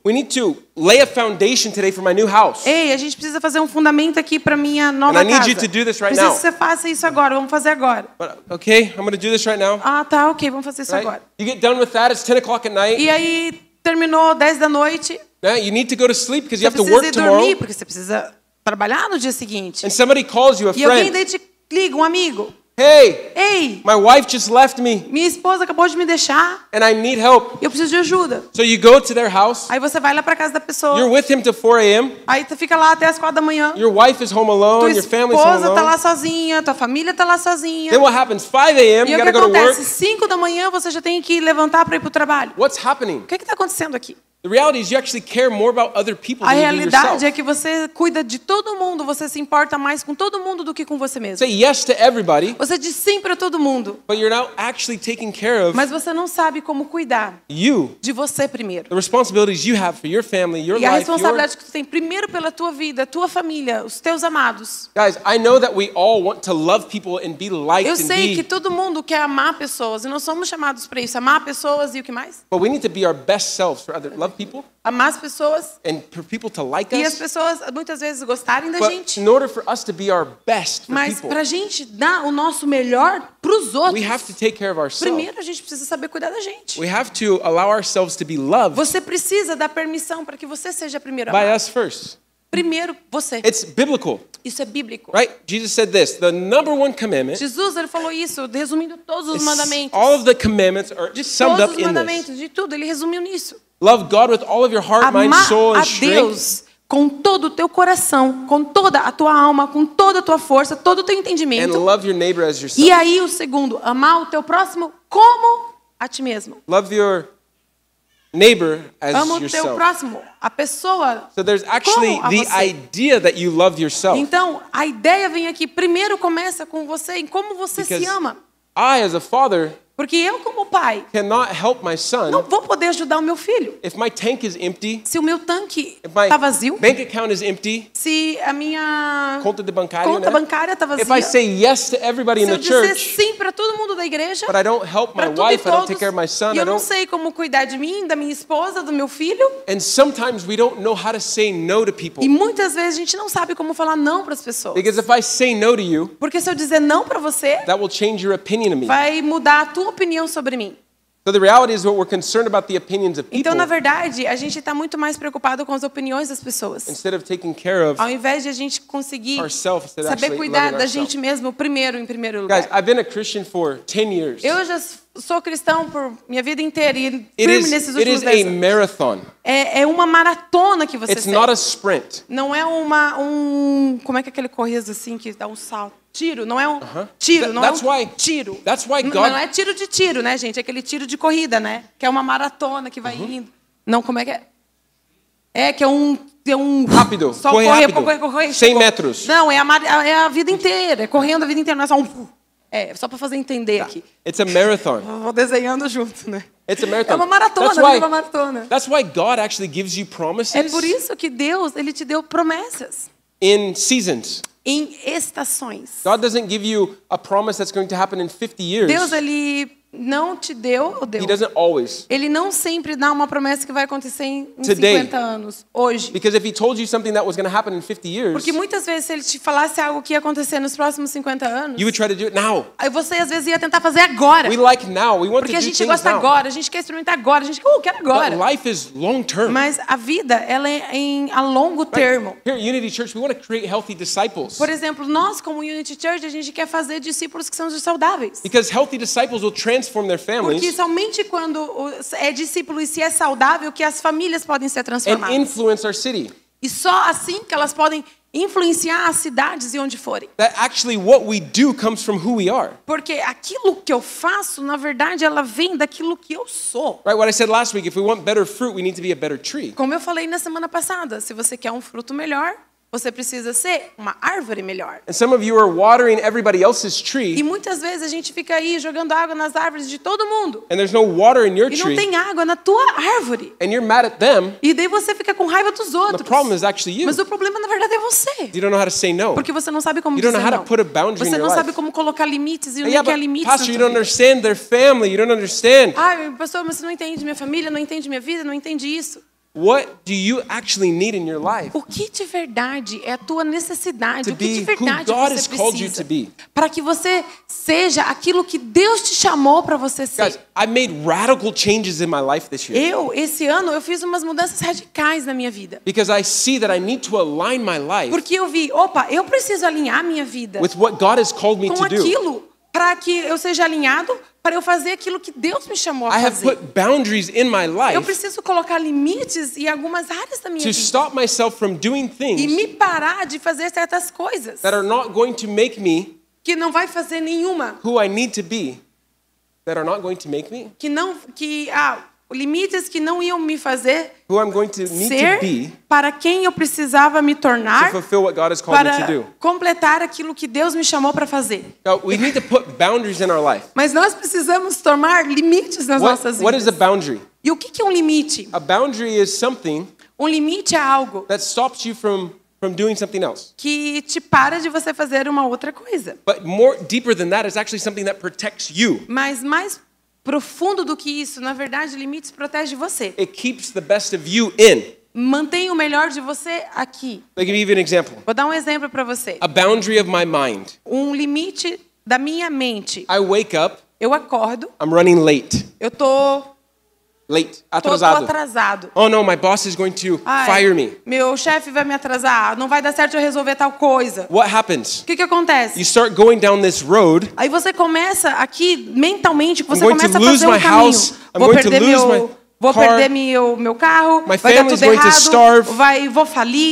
Speaker 2: to lay a foundation today for my new house.
Speaker 3: Ei, a gente precisa fazer um fundamento aqui para minha nova
Speaker 2: And I need
Speaker 3: casa.
Speaker 2: you to do this right
Speaker 3: Preciso
Speaker 2: now.
Speaker 3: que você faça isso agora, vamos fazer agora.
Speaker 2: But, okay, I'm going to do this right now.
Speaker 3: Ah, tá, ok, vamos fazer isso
Speaker 2: Right?
Speaker 3: agora.
Speaker 2: You get done with that, it's 10 o'clock at night.
Speaker 3: E aí, terminou 10 da noite,
Speaker 2: You need to go to sleep because you
Speaker 3: você
Speaker 2: have to
Speaker 3: precisa
Speaker 2: work
Speaker 3: ir
Speaker 2: tomorrow.
Speaker 3: dormir, porque você precisa trabalhar no dia seguinte.
Speaker 2: And somebody calls you, a
Speaker 3: E alguém
Speaker 2: friend.
Speaker 3: daí te liga, um amigo.
Speaker 2: Hey,
Speaker 3: Ei,
Speaker 2: my wife just left me
Speaker 3: minha esposa acabou de me deixar,
Speaker 2: and I need help.
Speaker 3: eu preciso de ajuda.
Speaker 2: So you go to their house.
Speaker 3: Aí você vai lá para casa da pessoa,
Speaker 2: You're with him till 4 a.m.
Speaker 3: aí tu fica lá até as 4 da manhã.
Speaker 2: Your wife is home
Speaker 3: Tua
Speaker 2: alone. Your family's home
Speaker 3: esposa tá lá
Speaker 2: alone.
Speaker 3: sozinha, tua família tá lá sozinha.
Speaker 2: Then what happens? 5 a.m.
Speaker 3: E
Speaker 2: You
Speaker 3: o
Speaker 2: got
Speaker 3: que
Speaker 2: to go to
Speaker 3: acontece?
Speaker 2: work.
Speaker 3: 5 da manhã você já tem que levantar para ir pro trabalho.
Speaker 2: What's happening?
Speaker 3: O que está acontecendo aqui?
Speaker 2: The reality is you actually care more about other people
Speaker 3: A
Speaker 2: than you do
Speaker 3: realidade
Speaker 2: yourself.
Speaker 3: é que você cuida de todo mundo, você se importa mais com todo mundo do que com você mesmo.
Speaker 2: Say yes to everybody,
Speaker 3: Você diz sim para todo mundo,
Speaker 2: but you're not actually taking care of
Speaker 3: mas você não sabe como cuidar
Speaker 2: you.
Speaker 3: de você primeiro.
Speaker 2: The responsibilities you have for your family, your
Speaker 3: E a
Speaker 2: life, your...
Speaker 3: responsabilidade que tu tem primeiro pela tua vida, tua família, os teus amados.
Speaker 2: Guys, I know that we all want to love people and be liked
Speaker 3: Eu
Speaker 2: and
Speaker 3: sei que
Speaker 2: be,
Speaker 3: todo mundo quer amar pessoas e nós somos chamados para isso, amar pessoas e o que mais?
Speaker 2: but we need to be our best selves for other love people
Speaker 3: Amar as pessoas
Speaker 2: and for people to like
Speaker 3: e as
Speaker 2: us.
Speaker 3: pessoas muitas vezes gostarem da
Speaker 2: But
Speaker 3: gente.
Speaker 2: in order for us to be our best for
Speaker 3: Mas
Speaker 2: people,
Speaker 3: para a gente dar o nosso melhor para os
Speaker 2: we
Speaker 3: outros,
Speaker 2: have to take care of ourselves.
Speaker 3: primeiro a gente precisa saber cuidar da gente.
Speaker 2: We have to allow ourselves to be loved
Speaker 3: Você precisa dar permissão para que você seja primeiro
Speaker 2: by
Speaker 3: amado.
Speaker 2: us first.
Speaker 3: Primeiro você.
Speaker 2: It's biblical,
Speaker 3: Isso é bíblico.
Speaker 2: right? Jesus said this, the number one commandment,
Speaker 3: Jesus ele falou isso, resumindo todos os
Speaker 2: is-
Speaker 3: mandamentos.
Speaker 2: all of the commandments are
Speaker 3: De
Speaker 2: summed
Speaker 3: todos
Speaker 2: up
Speaker 3: os
Speaker 2: in this.
Speaker 3: mandamentos, de tudo, ele resumiu nisso.
Speaker 2: Love God with all of your heart, mind,
Speaker 3: Amar
Speaker 2: soul,
Speaker 3: a
Speaker 2: and strength.
Speaker 3: Deus com todo o teu coração, com toda a tua alma, com toda a tua força, todo o teu
Speaker 2: And
Speaker 3: entendimento.
Speaker 2: love your neighbor as
Speaker 3: E
Speaker 2: yourself.
Speaker 3: aí o segundo, amar o teu próximo como a ti mesmo.
Speaker 2: Love your neighbor as
Speaker 3: Ama o teu
Speaker 2: yourself.
Speaker 3: próximo, a pessoa.
Speaker 2: So there's actually
Speaker 3: Como a
Speaker 2: the
Speaker 3: você.
Speaker 2: idea that you love yourself.
Speaker 3: Então, a ideia vem aqui, primeiro começa com você, em como você
Speaker 2: Because
Speaker 3: se ama.
Speaker 2: I, as a father,
Speaker 3: Porque eu, como pai,
Speaker 2: cannot help my son
Speaker 3: não vou poder ajudar o meu filho.
Speaker 2: if my tank is empty,
Speaker 3: Se o meu tanque
Speaker 2: if my
Speaker 3: está vazio,
Speaker 2: bank account is empty,
Speaker 3: se a minha
Speaker 2: conta bancária,
Speaker 3: conta bancária está vazia,
Speaker 2: if I say yes to everybody in
Speaker 3: se eu
Speaker 2: the
Speaker 3: dizer
Speaker 2: church,
Speaker 3: sim para todo mundo da igreja,
Speaker 2: but I don't help my
Speaker 3: para tudo e
Speaker 2: wife, I don't
Speaker 3: todos,
Speaker 2: take care of my son,
Speaker 3: e
Speaker 2: I
Speaker 3: eu não
Speaker 2: don't.
Speaker 3: sei como cuidar de mim, da minha esposa, do meu filho,
Speaker 2: And sometimes we don't know how to say no to people.
Speaker 3: e muitas vezes a gente não sabe como falar não para as pessoas.
Speaker 2: Because if I say no to you,
Speaker 3: Porque se eu dizer não para você,
Speaker 2: that will change your opinion of me.
Speaker 3: vai mudar a tua opinião sobre mim.
Speaker 2: So the reality is what we're concerned about the opinions of people
Speaker 3: Então, na verdade, a gente está muito mais preocupado com as opiniões das pessoas.
Speaker 2: instead of taking care of
Speaker 3: Ao invés de a gente conseguir
Speaker 2: ourselves, instead of
Speaker 3: saber
Speaker 2: actually
Speaker 3: cuidar
Speaker 2: loving
Speaker 3: da
Speaker 2: ourselves.
Speaker 3: gente mesmo em primeiro
Speaker 2: Guys,
Speaker 3: lugar.
Speaker 2: I've been a Christian for 10 years.
Speaker 3: Eu já sou cristão por minha vida inteira e
Speaker 2: It
Speaker 3: firme nesses
Speaker 2: is
Speaker 3: últimos
Speaker 2: a
Speaker 3: 10 anos.
Speaker 2: marathon.
Speaker 3: É uma maratona que você
Speaker 2: It's
Speaker 3: segue.
Speaker 2: not a sprint.
Speaker 3: Não é como é que é aquele corrido assim que dá um salto? Tiro, não é um tiro, não
Speaker 2: That's
Speaker 3: é um
Speaker 2: why-
Speaker 3: tiro.
Speaker 2: that's why
Speaker 3: Não,
Speaker 2: God-
Speaker 3: não é tiro de tiro, né, gente? É aquele tiro de corrida, né? Que é uma maratona que vai indo. Não, como é que é? É que é um
Speaker 2: Rápido,
Speaker 3: só
Speaker 2: correr rápido.
Speaker 3: correr.
Speaker 2: 100 metros.
Speaker 3: Não, é a vida inteira, é correndo a vida inteira, não é só um. É, só para fazer entender aqui.
Speaker 2: It's a marathon.
Speaker 3: Eu vou desenhando junto, né?
Speaker 2: It's a marathon.
Speaker 3: É uma maratona,
Speaker 2: That's why,
Speaker 3: uma maratona.
Speaker 2: that's why God actually gives you
Speaker 3: É
Speaker 2: promises
Speaker 3: por isso que Deus, ele te deu promessas
Speaker 2: in seasons.
Speaker 3: em estações.
Speaker 2: God doesn't give you a promise that's going to happen in 50 years.
Speaker 3: Deus, ele não te deu, ou deu.
Speaker 2: He doesn't always.
Speaker 3: Ele não sempre dá uma promessa que vai acontecer em
Speaker 2: Today.
Speaker 3: 50 anos, hoje.
Speaker 2: Because if he told you something that was going to happen in 50 years,
Speaker 3: Porque muitas vezes se ele te falasse algo que ia acontecer nos próximos 50 anos,
Speaker 2: you would try to do it now.
Speaker 3: aí você às vezes ia tentar fazer agora.
Speaker 2: We like now. We want
Speaker 3: Porque
Speaker 2: to
Speaker 3: a
Speaker 2: do
Speaker 3: gente
Speaker 2: things
Speaker 3: gosta
Speaker 2: now.
Speaker 3: agora, a gente quer experimentar agora, a gente quer agora.
Speaker 2: But life is long term.
Speaker 3: Mas a vida, ela é a longo termo.
Speaker 2: Here at Unity Church, we want to create healthy disciples.
Speaker 3: Por exemplo, nós como Unity Church, a gente quer fazer discípulos que são saudáveis.
Speaker 2: Because healthy disciples will transform their families
Speaker 3: Porque somente quando é discípulo e se é saudável que as famílias podem ser
Speaker 2: and
Speaker 3: transformadas.
Speaker 2: influence our city.
Speaker 3: E só assim que elas podem influenciar as cidades e onde forem.
Speaker 2: That actually what we do comes from who we are.
Speaker 3: Porque aquilo que eu faço, na verdade, ela vem daquilo que eu sou.
Speaker 2: Right? What I said last week, if we want better fruit, we need to be a better tree.
Speaker 3: Como eu falei na semana passada, se você quer um fruto melhor, você precisa ser uma árvore melhor.
Speaker 2: And some of you are watering everybody else's
Speaker 3: E
Speaker 2: tree,
Speaker 3: muitas vezes a gente fica aí jogando água nas árvores de todo mundo.
Speaker 2: and there's no water in your
Speaker 3: E não
Speaker 2: tree,
Speaker 3: tem água na tua árvore.
Speaker 2: and you're mad at them.
Speaker 3: E daí você fica com raiva dos
Speaker 2: The
Speaker 3: outros.
Speaker 2: problem is actually you.
Speaker 3: Mas o problema, na verdade, é você.
Speaker 2: You don't know how to say no.
Speaker 3: Porque você não sabe como
Speaker 2: You don't
Speaker 3: dizer
Speaker 2: know how to
Speaker 3: não.
Speaker 2: put a boundary in
Speaker 3: Você
Speaker 2: your
Speaker 3: não sabe
Speaker 2: life.
Speaker 3: como colocar limites e o
Speaker 2: Yeah,
Speaker 3: que é
Speaker 2: but
Speaker 3: limites
Speaker 2: pastor,
Speaker 3: na
Speaker 2: you
Speaker 3: tua
Speaker 2: don't
Speaker 3: vida.
Speaker 2: understand their family. You don't understand.
Speaker 3: Ai, pastor, mas você não entende minha família, não entende minha vida, não entende isso.
Speaker 2: What do you actually need in your life?
Speaker 3: O que de verdade é a tua necessidade?
Speaker 2: To
Speaker 3: O que de
Speaker 2: be who
Speaker 3: verdade
Speaker 2: God
Speaker 3: você
Speaker 2: has called you
Speaker 3: precisa?
Speaker 2: to be.
Speaker 3: Para que você seja aquilo que Deus te chamou para você ser.
Speaker 2: Guys, I made radical changes in my life this year
Speaker 3: Esse ano, eu fiz umas mudanças radicais na minha vida.
Speaker 2: because I see that I need to align my life
Speaker 3: Porque eu vi, eu preciso alinhar minha vida
Speaker 2: with what God has called me
Speaker 3: com
Speaker 2: to do.
Speaker 3: aquilo para que eu seja alinhado, para eu fazer aquilo que Deus me chamou a
Speaker 2: I have
Speaker 3: fazer.
Speaker 2: put boundaries in my
Speaker 3: Eu
Speaker 2: life
Speaker 3: preciso colocar limites em algumas áreas da minha
Speaker 2: to
Speaker 3: vida.
Speaker 2: stop myself from doing
Speaker 3: E
Speaker 2: things
Speaker 3: me parar de fazer certas coisas
Speaker 2: that are not going to make me
Speaker 3: que não vai fazer nenhuma.
Speaker 2: who I need to be, that are not going to make me
Speaker 3: Limites que não iam me fazer
Speaker 2: who I'm going to need
Speaker 3: ser
Speaker 2: to be
Speaker 3: para quem eu precisava me
Speaker 2: to
Speaker 3: tornar
Speaker 2: fulfill what God has called me to
Speaker 3: para
Speaker 2: do.
Speaker 3: completar aquilo que Deus me chamou para fazer.
Speaker 2: Now, we need to put boundaries in our life.
Speaker 3: Mas nós precisamos tomar limites nas nossas
Speaker 2: What is
Speaker 3: vidas.
Speaker 2: a boundary?
Speaker 3: E o que é um limite?
Speaker 2: A boundary is something
Speaker 3: Um limite é algo
Speaker 2: that stops you from doing something else.
Speaker 3: que te para de você fazer uma outra coisa.
Speaker 2: But more deeper than that, it's actually something that protects you.
Speaker 3: Mas mais profundo do que isso, na verdade, limites protege você.
Speaker 2: It keeps the best of you in.
Speaker 3: Mantém o melhor de você aqui.
Speaker 2: Let me give you an example.
Speaker 3: Vou dar um exemplo para você.
Speaker 2: A boundary of my mind.
Speaker 3: Um limite da minha mente.
Speaker 2: I wake up,
Speaker 3: Eu acordo,
Speaker 2: I'm running late.
Speaker 3: eu tô
Speaker 2: Atrasado.
Speaker 3: atrasado.
Speaker 2: Oh no, my boss is going to
Speaker 3: Ai,
Speaker 2: fire me.
Speaker 3: Meu chefe vai me atrasar, não vai dar certo eu resolver tal coisa.
Speaker 2: What happens?
Speaker 3: O que acontece?
Speaker 2: You start going down this road.
Speaker 3: Aí você começa aqui mentalmente, você
Speaker 2: I'm going
Speaker 3: começa a
Speaker 2: to lose
Speaker 3: fazer um
Speaker 2: my
Speaker 3: caminho.
Speaker 2: house. I'm going to lose my
Speaker 3: Vou
Speaker 2: car.
Speaker 3: perder meu carro,
Speaker 2: My
Speaker 3: vai dar
Speaker 2: family's
Speaker 3: tudo
Speaker 2: going to
Speaker 3: errado,
Speaker 2: starve.
Speaker 3: vou falir,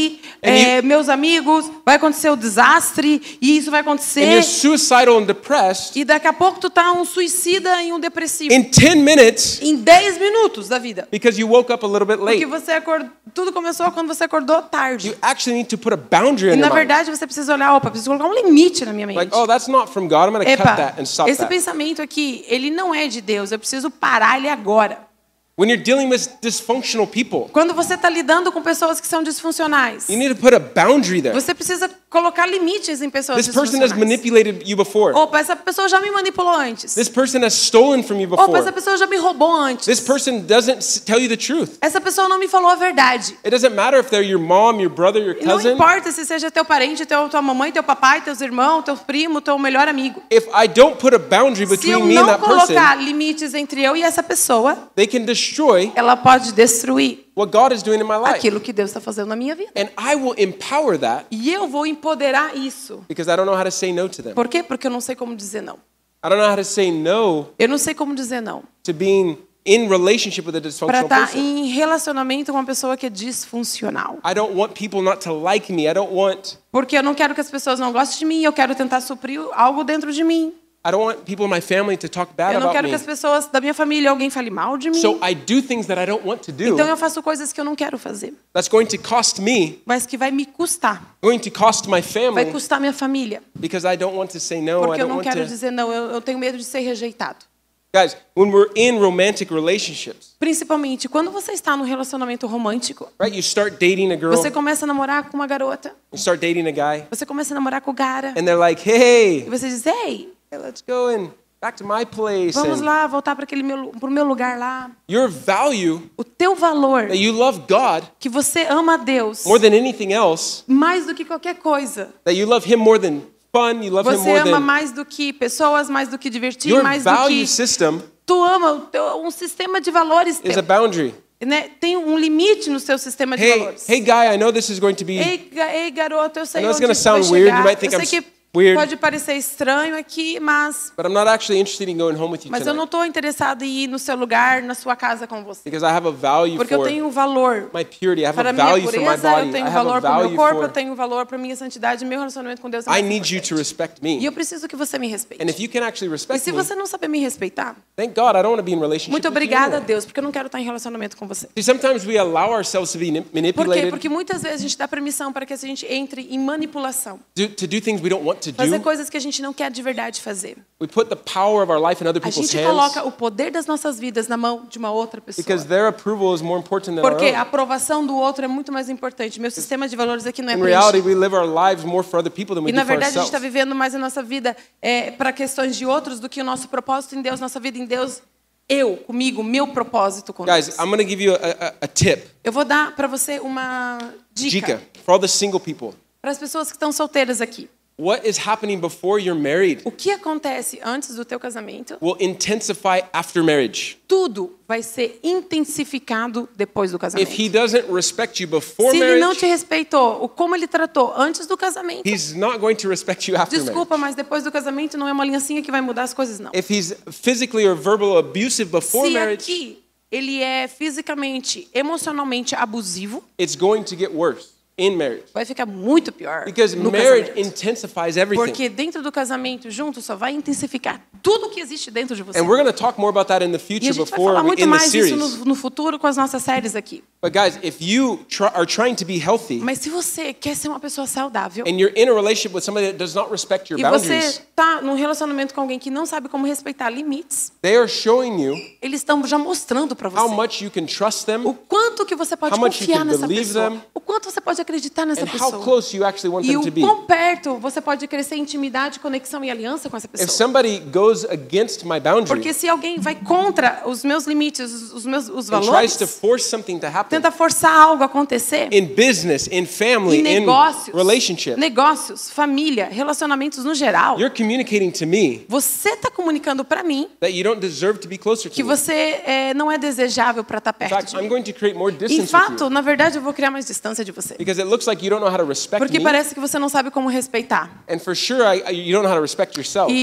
Speaker 3: meus amigos, vai acontecer o desastre, e isso vai
Speaker 2: and you're
Speaker 3: acontecer.
Speaker 2: suicidal and depressed,
Speaker 3: E daqui a pouco tu tá um suicida e um depressivo.
Speaker 2: in 10 minutes,
Speaker 3: Em 10 minutos da vida.
Speaker 2: because you woke up a little bit
Speaker 3: Porque
Speaker 2: late.
Speaker 3: tudo começou quando você acordou tarde.
Speaker 2: You actually need to put a boundary
Speaker 3: E
Speaker 2: in
Speaker 3: na
Speaker 2: your mind.
Speaker 3: verdade você precisa olhar, preciso colocar um limite na minha mente.
Speaker 2: Like, oh, that's not from God. I'm going to cut
Speaker 3: Epa,
Speaker 2: that and stop
Speaker 3: esse
Speaker 2: that.
Speaker 3: pensamento aqui, ele não é de Deus. Eu preciso parar ele agora.
Speaker 2: When you're dealing with dysfunctional people,
Speaker 3: Quando você está lidando com pessoas que são disfuncionais,
Speaker 2: you need to put a boundary there.
Speaker 3: você precisa colocar limites em pessoas
Speaker 2: This person has
Speaker 3: disfuncionais.
Speaker 2: manipulated you before.
Speaker 3: Opa, essa pessoa já me manipulou antes.
Speaker 2: This person has stolen from you
Speaker 3: Opa, essa
Speaker 2: before.
Speaker 3: pessoa já me roubou antes.
Speaker 2: This person doesn't tell you the truth.
Speaker 3: Essa pessoa não me falou a verdade.
Speaker 2: It doesn't matter if they're your mom, your brother, your
Speaker 3: E não
Speaker 2: cousin.
Speaker 3: importa se seja teu parente, tua mamãe, teu papai, teus irmãos, teu primo, teu melhor amigo.
Speaker 2: If I don't put a boundary
Speaker 3: Se eu
Speaker 2: between me and
Speaker 3: não
Speaker 2: that person,
Speaker 3: colocar limites entre eu e essa pessoa,
Speaker 2: they can destroy
Speaker 3: ela pode destruir
Speaker 2: what God is doing in my life.
Speaker 3: aquilo que Deus está fazendo na minha vida.
Speaker 2: And I will empower that
Speaker 3: E eu vou empoderar isso.
Speaker 2: because I don't know how to say no to them.
Speaker 3: Por quê? Porque eu não sei como dizer não.
Speaker 2: I don't know how to say no
Speaker 3: Eu não sei como dizer não.
Speaker 2: to being in relationship with a
Speaker 3: Para
Speaker 2: dysfunctional
Speaker 3: estar
Speaker 2: person.
Speaker 3: em relacionamento com uma pessoa que é disfuncional.
Speaker 2: I don't want people not to like me. I don't want
Speaker 3: Porque eu não quero que as pessoas não gostem de mim, eu quero tentar suprir algo dentro de mim.
Speaker 2: I don't want people in my family to talk bad
Speaker 3: Eu não
Speaker 2: about
Speaker 3: quero
Speaker 2: me.
Speaker 3: que as pessoas da minha família, alguém fale mal de mim.
Speaker 2: So I do things that I don't want to do.
Speaker 3: Então eu faço coisas que eu não quero fazer,
Speaker 2: That's going to cost me,
Speaker 3: mas que vai me custar.
Speaker 2: going to cost my
Speaker 3: Vai
Speaker 2: family
Speaker 3: custar minha família.
Speaker 2: because I don't want to say no. I
Speaker 3: Porque eu
Speaker 2: don't
Speaker 3: não
Speaker 2: want
Speaker 3: quero
Speaker 2: to.
Speaker 3: dizer não, eu tenho medo de ser rejeitado.
Speaker 2: Guys, when we're in romantic relationships,
Speaker 3: Principalmente quando você está num relacionamento romântico,
Speaker 2: right? You start dating a girl,
Speaker 3: você começa a namorar com uma garota,
Speaker 2: you start dating a guy,
Speaker 3: você começa a namorar com o cara,
Speaker 2: and they're like,
Speaker 3: e
Speaker 2: hey,
Speaker 3: você diz, ei,
Speaker 2: let's go and back to my place.
Speaker 3: vamos
Speaker 2: And
Speaker 3: lá, voltar para pro meu lugar lá.
Speaker 2: your value
Speaker 3: O teu valor,
Speaker 2: that you love God
Speaker 3: que você ama a Deus
Speaker 2: more than anything else,
Speaker 3: mais do que qualquer coisa.
Speaker 2: that you love Him more than fun, you love Him
Speaker 3: Você
Speaker 2: more
Speaker 3: ama
Speaker 2: than
Speaker 3: mais do que pessoas, mais do que divertir,
Speaker 2: your
Speaker 3: mais do
Speaker 2: value
Speaker 3: que
Speaker 2: system
Speaker 3: tu ama. Um sistema de valores
Speaker 2: is
Speaker 3: teu,
Speaker 2: a boundary.
Speaker 3: né? Tem um limite no seu sistema de
Speaker 2: Hey,
Speaker 3: valores.
Speaker 2: hey, guy, I know this is going to be.
Speaker 3: Ei, garoto, eu sei
Speaker 2: I know it's
Speaker 3: onde
Speaker 2: gonna
Speaker 3: isso vai
Speaker 2: sound weird. You
Speaker 3: chegar.
Speaker 2: might think
Speaker 3: Eu
Speaker 2: I'm
Speaker 3: sei que
Speaker 2: weird.
Speaker 3: pode parecer estranho aqui, mas
Speaker 2: But I'm not actually interested in going home with you
Speaker 3: eu
Speaker 2: tonight
Speaker 3: não estou interessado em ir no seu lugar, na sua casa com você.
Speaker 2: because I have a value
Speaker 3: Porque eu
Speaker 2: for
Speaker 3: tenho um valor
Speaker 2: my purity. I have
Speaker 3: para
Speaker 2: a
Speaker 3: a minha
Speaker 2: value for my
Speaker 3: pureza,
Speaker 2: body.
Speaker 3: eu tenho
Speaker 2: I
Speaker 3: um
Speaker 2: have a
Speaker 3: valor para o meu
Speaker 2: value
Speaker 3: corpo, eu
Speaker 2: for.
Speaker 3: tenho um valor para a minha santidade, meu relacionamento com Deus é
Speaker 2: I
Speaker 3: mais
Speaker 2: need you to
Speaker 3: importante.
Speaker 2: respect
Speaker 3: E
Speaker 2: me.
Speaker 3: eu preciso que você me respeite.
Speaker 2: And if you can actually
Speaker 3: E
Speaker 2: respect
Speaker 3: se
Speaker 2: me,
Speaker 3: você não saber me respeitar,
Speaker 2: thank God I don't want to be in relationship
Speaker 3: muito
Speaker 2: with you
Speaker 3: obrigada a
Speaker 2: anymore.
Speaker 3: Deus, porque eu não quero estar em relacionamento com você.
Speaker 2: See, sometimes we allow ourselves to be
Speaker 3: Por quê?
Speaker 2: manipulated
Speaker 3: Porque muitas vezes a gente dá permissão para que a gente entre em manipulação.
Speaker 2: to do things we don't want to
Speaker 3: Fazer
Speaker 2: do.
Speaker 3: coisas que a gente não quer de verdade fazer.
Speaker 2: We put the power of our life in other
Speaker 3: A
Speaker 2: people's
Speaker 3: gente
Speaker 2: hands
Speaker 3: coloca o poder das nossas vidas na mão de uma outra pessoa.
Speaker 2: because their approval is more important than our
Speaker 3: Porque a
Speaker 2: own.
Speaker 3: aprovação do outro é muito mais importante. Meu sistema de valores aqui não é
Speaker 2: In reality,
Speaker 3: preenchido.
Speaker 2: we live our lives more for other people than we
Speaker 3: E
Speaker 2: do
Speaker 3: na
Speaker 2: for
Speaker 3: verdade a gente está
Speaker 2: ourselves.
Speaker 3: vivendo mais a nossa vida para questões de outros do que o nosso propósito em Deus, nossa vida em Deus. Comigo, meu propósito com
Speaker 2: Guys,
Speaker 3: Deus.
Speaker 2: I'm going to give you a tip.
Speaker 3: Eu vou dar para você uma dica
Speaker 2: For all the single people.
Speaker 3: para as pessoas que estão solteiras aqui.
Speaker 2: What is happening before you're married
Speaker 3: O que acontece antes do teu casamento,
Speaker 2: will intensify after marriage.
Speaker 3: tudo vai ser intensificado depois do casamento.
Speaker 2: If he doesn't respect you before
Speaker 3: Se ele não te
Speaker 2: marriage,
Speaker 3: respeitou, como ele tratou antes do casamento,
Speaker 2: he's not going to respect you after marriage.
Speaker 3: desculpa, mas depois do casamento não é uma aliancinha que vai mudar as coisas, não.
Speaker 2: If he's physically or verbal abusive before
Speaker 3: Se
Speaker 2: marriage,
Speaker 3: aqui ele é fisicamente, emocionalmente abusivo,
Speaker 2: it's going to get worse in marriage.
Speaker 3: vai ficar muito pior
Speaker 2: Because
Speaker 3: no
Speaker 2: marriage
Speaker 3: casamento.
Speaker 2: intensifies everything.
Speaker 3: Porque dentro do casamento, junto, só vai intensificar tudo que existe dentro de você.
Speaker 2: And we're going to talk more about that in the
Speaker 3: E a
Speaker 2: future
Speaker 3: gente vai
Speaker 2: before
Speaker 3: falar muito
Speaker 2: in the
Speaker 3: mais disso
Speaker 2: series.
Speaker 3: no futuro com as nossas séries aqui.
Speaker 2: But guys, if you are trying to be healthy
Speaker 3: Mas se você quer ser uma pessoa saudável,
Speaker 2: and you're in a relationship with somebody that does not respect your
Speaker 3: e você
Speaker 2: boundaries,
Speaker 3: está num relacionamento com alguém que não sabe como respeitar limites,
Speaker 2: they are showing you
Speaker 3: eles estão já mostrando para
Speaker 2: how
Speaker 3: você
Speaker 2: much you can trust them
Speaker 3: o quanto que você pode
Speaker 2: How much you
Speaker 3: confiar
Speaker 2: can
Speaker 3: nessa
Speaker 2: believe
Speaker 3: pessoa,
Speaker 2: them,
Speaker 3: o quanto você pode acreditar nessa
Speaker 2: and how
Speaker 3: pessoa.
Speaker 2: close you actually want
Speaker 3: E
Speaker 2: them
Speaker 3: o
Speaker 2: to be.
Speaker 3: quão perto você pode crescer em intimidade, conexão e aliança com essa
Speaker 2: If
Speaker 3: pessoa.
Speaker 2: somebody goes against my boundary
Speaker 3: Porque se alguém vai contra os meus limites, os
Speaker 2: and tries
Speaker 3: valores,
Speaker 2: to force something to happen
Speaker 3: tenta forçar algo a acontecer,
Speaker 2: in business, in family,
Speaker 3: em
Speaker 2: in
Speaker 3: negócios,
Speaker 2: relationship,
Speaker 3: família, relacionamentos no geral,
Speaker 2: you're communicating to me
Speaker 3: você está comunicando para mim
Speaker 2: that you don't deserve to be closer
Speaker 3: que
Speaker 2: to me.
Speaker 3: você não é desejável para estar
Speaker 2: In
Speaker 3: perto
Speaker 2: fact,
Speaker 3: de
Speaker 2: I'm
Speaker 3: mim.
Speaker 2: going to create more
Speaker 3: Em
Speaker 2: distance with
Speaker 3: fato,
Speaker 2: you
Speaker 3: na verdade, eu vou criar mais distância de você.
Speaker 2: because it looks like you don't know how to respect
Speaker 3: Porque
Speaker 2: me,
Speaker 3: parece que você não sabe como respeitar.
Speaker 2: and for sure you don't know how to respect yourself.
Speaker 3: E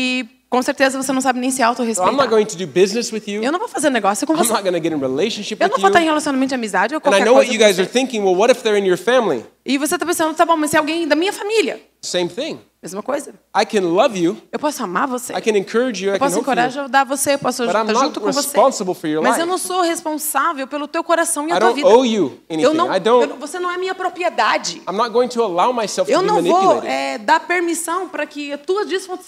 Speaker 3: com certeza você não sabe nem se
Speaker 2: So I'm not
Speaker 3: autorrespeitar.
Speaker 2: going to do business with you.
Speaker 3: Eu não vou fazer negócio com
Speaker 2: I'm
Speaker 3: você.
Speaker 2: not going to get in relationship
Speaker 3: Eu
Speaker 2: with
Speaker 3: não vou estar em
Speaker 2: you.
Speaker 3: relacionamento de amizade ou
Speaker 2: And I
Speaker 3: qualquer
Speaker 2: know what
Speaker 3: coisa
Speaker 2: you
Speaker 3: com
Speaker 2: guys are
Speaker 3: você.
Speaker 2: thinking. Well, what if they're in your family?
Speaker 3: E você está pensando, tá bom, mas se é alguém da minha família,
Speaker 2: Same thing.
Speaker 3: mesma coisa.
Speaker 2: I can love you.
Speaker 3: Eu posso amar você.
Speaker 2: I can encourage you. I
Speaker 3: Eu
Speaker 2: can
Speaker 3: posso
Speaker 2: hope for you.
Speaker 3: encorajar você, eu posso
Speaker 2: But
Speaker 3: estar
Speaker 2: I'm not
Speaker 3: junto com você.
Speaker 2: responsible for your
Speaker 3: Mas
Speaker 2: life.
Speaker 3: eu não sou responsável pelo teu coração e a
Speaker 2: I
Speaker 3: tua
Speaker 2: don't
Speaker 3: vida.
Speaker 2: owe you anything.
Speaker 3: Você não é minha propriedade.
Speaker 2: I'm not going to allow myself
Speaker 3: Eu
Speaker 2: to be
Speaker 3: não vou
Speaker 2: manipulated.
Speaker 3: dar permissão para que a tua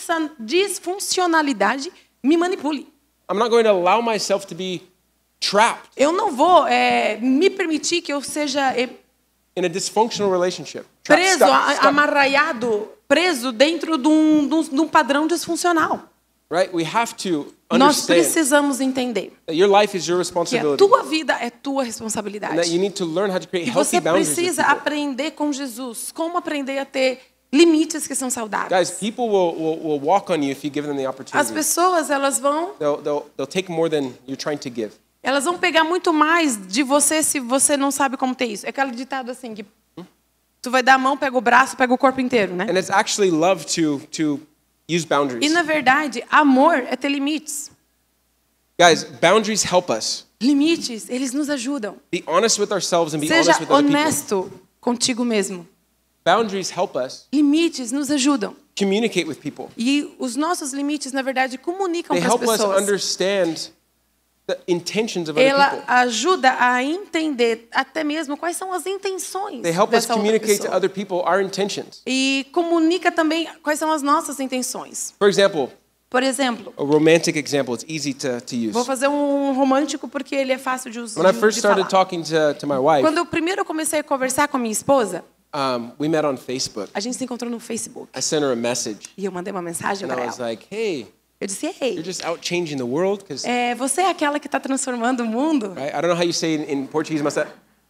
Speaker 3: disfuncionalidade me manipule.
Speaker 2: I'm not going to allow myself to be trapped
Speaker 3: Eu não vou me permitir que eu seja
Speaker 2: in a dysfunctional relationship. Trapped,
Speaker 3: preso,
Speaker 2: stuck.
Speaker 3: amarraiado, preso dentro de um padrão disfuncional.
Speaker 2: Right? We have to
Speaker 3: Nós
Speaker 2: understand
Speaker 3: precisamos entender
Speaker 2: that your life is your
Speaker 3: que a
Speaker 2: responsibility.
Speaker 3: tua vida é tua
Speaker 2: And that
Speaker 3: responsabilidade.
Speaker 2: you need to learn how to create
Speaker 3: E
Speaker 2: healthy
Speaker 3: você
Speaker 2: boundaries with
Speaker 3: precisa
Speaker 2: people.
Speaker 3: aprender com Jesus como aprender a ter limites que são saudáveis.
Speaker 2: Guys, people will walk on you if you give them the
Speaker 3: As
Speaker 2: opportunity.
Speaker 3: pessoas, elas vão
Speaker 2: They'll take more than you're trying to give.
Speaker 3: pegar muito mais de você se você não sabe como ter isso. É aquele ditado assim que tu vai dar a mão, pega o braço, pega o corpo inteiro, né?
Speaker 2: And it's actually love to use
Speaker 3: E
Speaker 2: boundaries.
Speaker 3: na verdade, amor é ter limites.
Speaker 2: Guys, boundaries help us.
Speaker 3: Limites, eles nos ajudam.
Speaker 2: Be honest with ourselves and be
Speaker 3: Seja
Speaker 2: honest with other people.
Speaker 3: honesto contigo mesmo.
Speaker 2: Boundaries help us
Speaker 3: Limites nos ajudam.
Speaker 2: communicate with people.
Speaker 3: E os nossos limites, na verdade, comunicam
Speaker 2: They
Speaker 3: para as
Speaker 2: help us
Speaker 3: pessoas.
Speaker 2: understand the intentions of other
Speaker 3: Ela
Speaker 2: people.
Speaker 3: ajuda a entender até mesmo quais são as intenções
Speaker 2: They help us
Speaker 3: dessa outra
Speaker 2: communicate to
Speaker 3: pessoa.
Speaker 2: other people our intentions.
Speaker 3: E comunica também quais são as nossas intenções.
Speaker 2: For example,
Speaker 3: Por exemplo,
Speaker 2: a romantic example, it's easy to use.
Speaker 3: vou fazer um romântico porque ele é fácil de usar.
Speaker 2: When I first started talking to my wife,
Speaker 3: Quando eu comecei a conversar com a minha esposa,
Speaker 2: we met on Facebook.
Speaker 3: a gente se encontrou no Facebook.
Speaker 2: I sent her a message,
Speaker 3: E eu mandei uma mensagem
Speaker 2: and
Speaker 3: para
Speaker 2: I was
Speaker 3: ela.
Speaker 2: like, hey,
Speaker 3: Eu disse,
Speaker 2: you're
Speaker 3: ei,
Speaker 2: just out changing the world? Because
Speaker 3: você é aquela que está transformando o mundo?
Speaker 2: right? I don't know how you say it in Portuguese, mas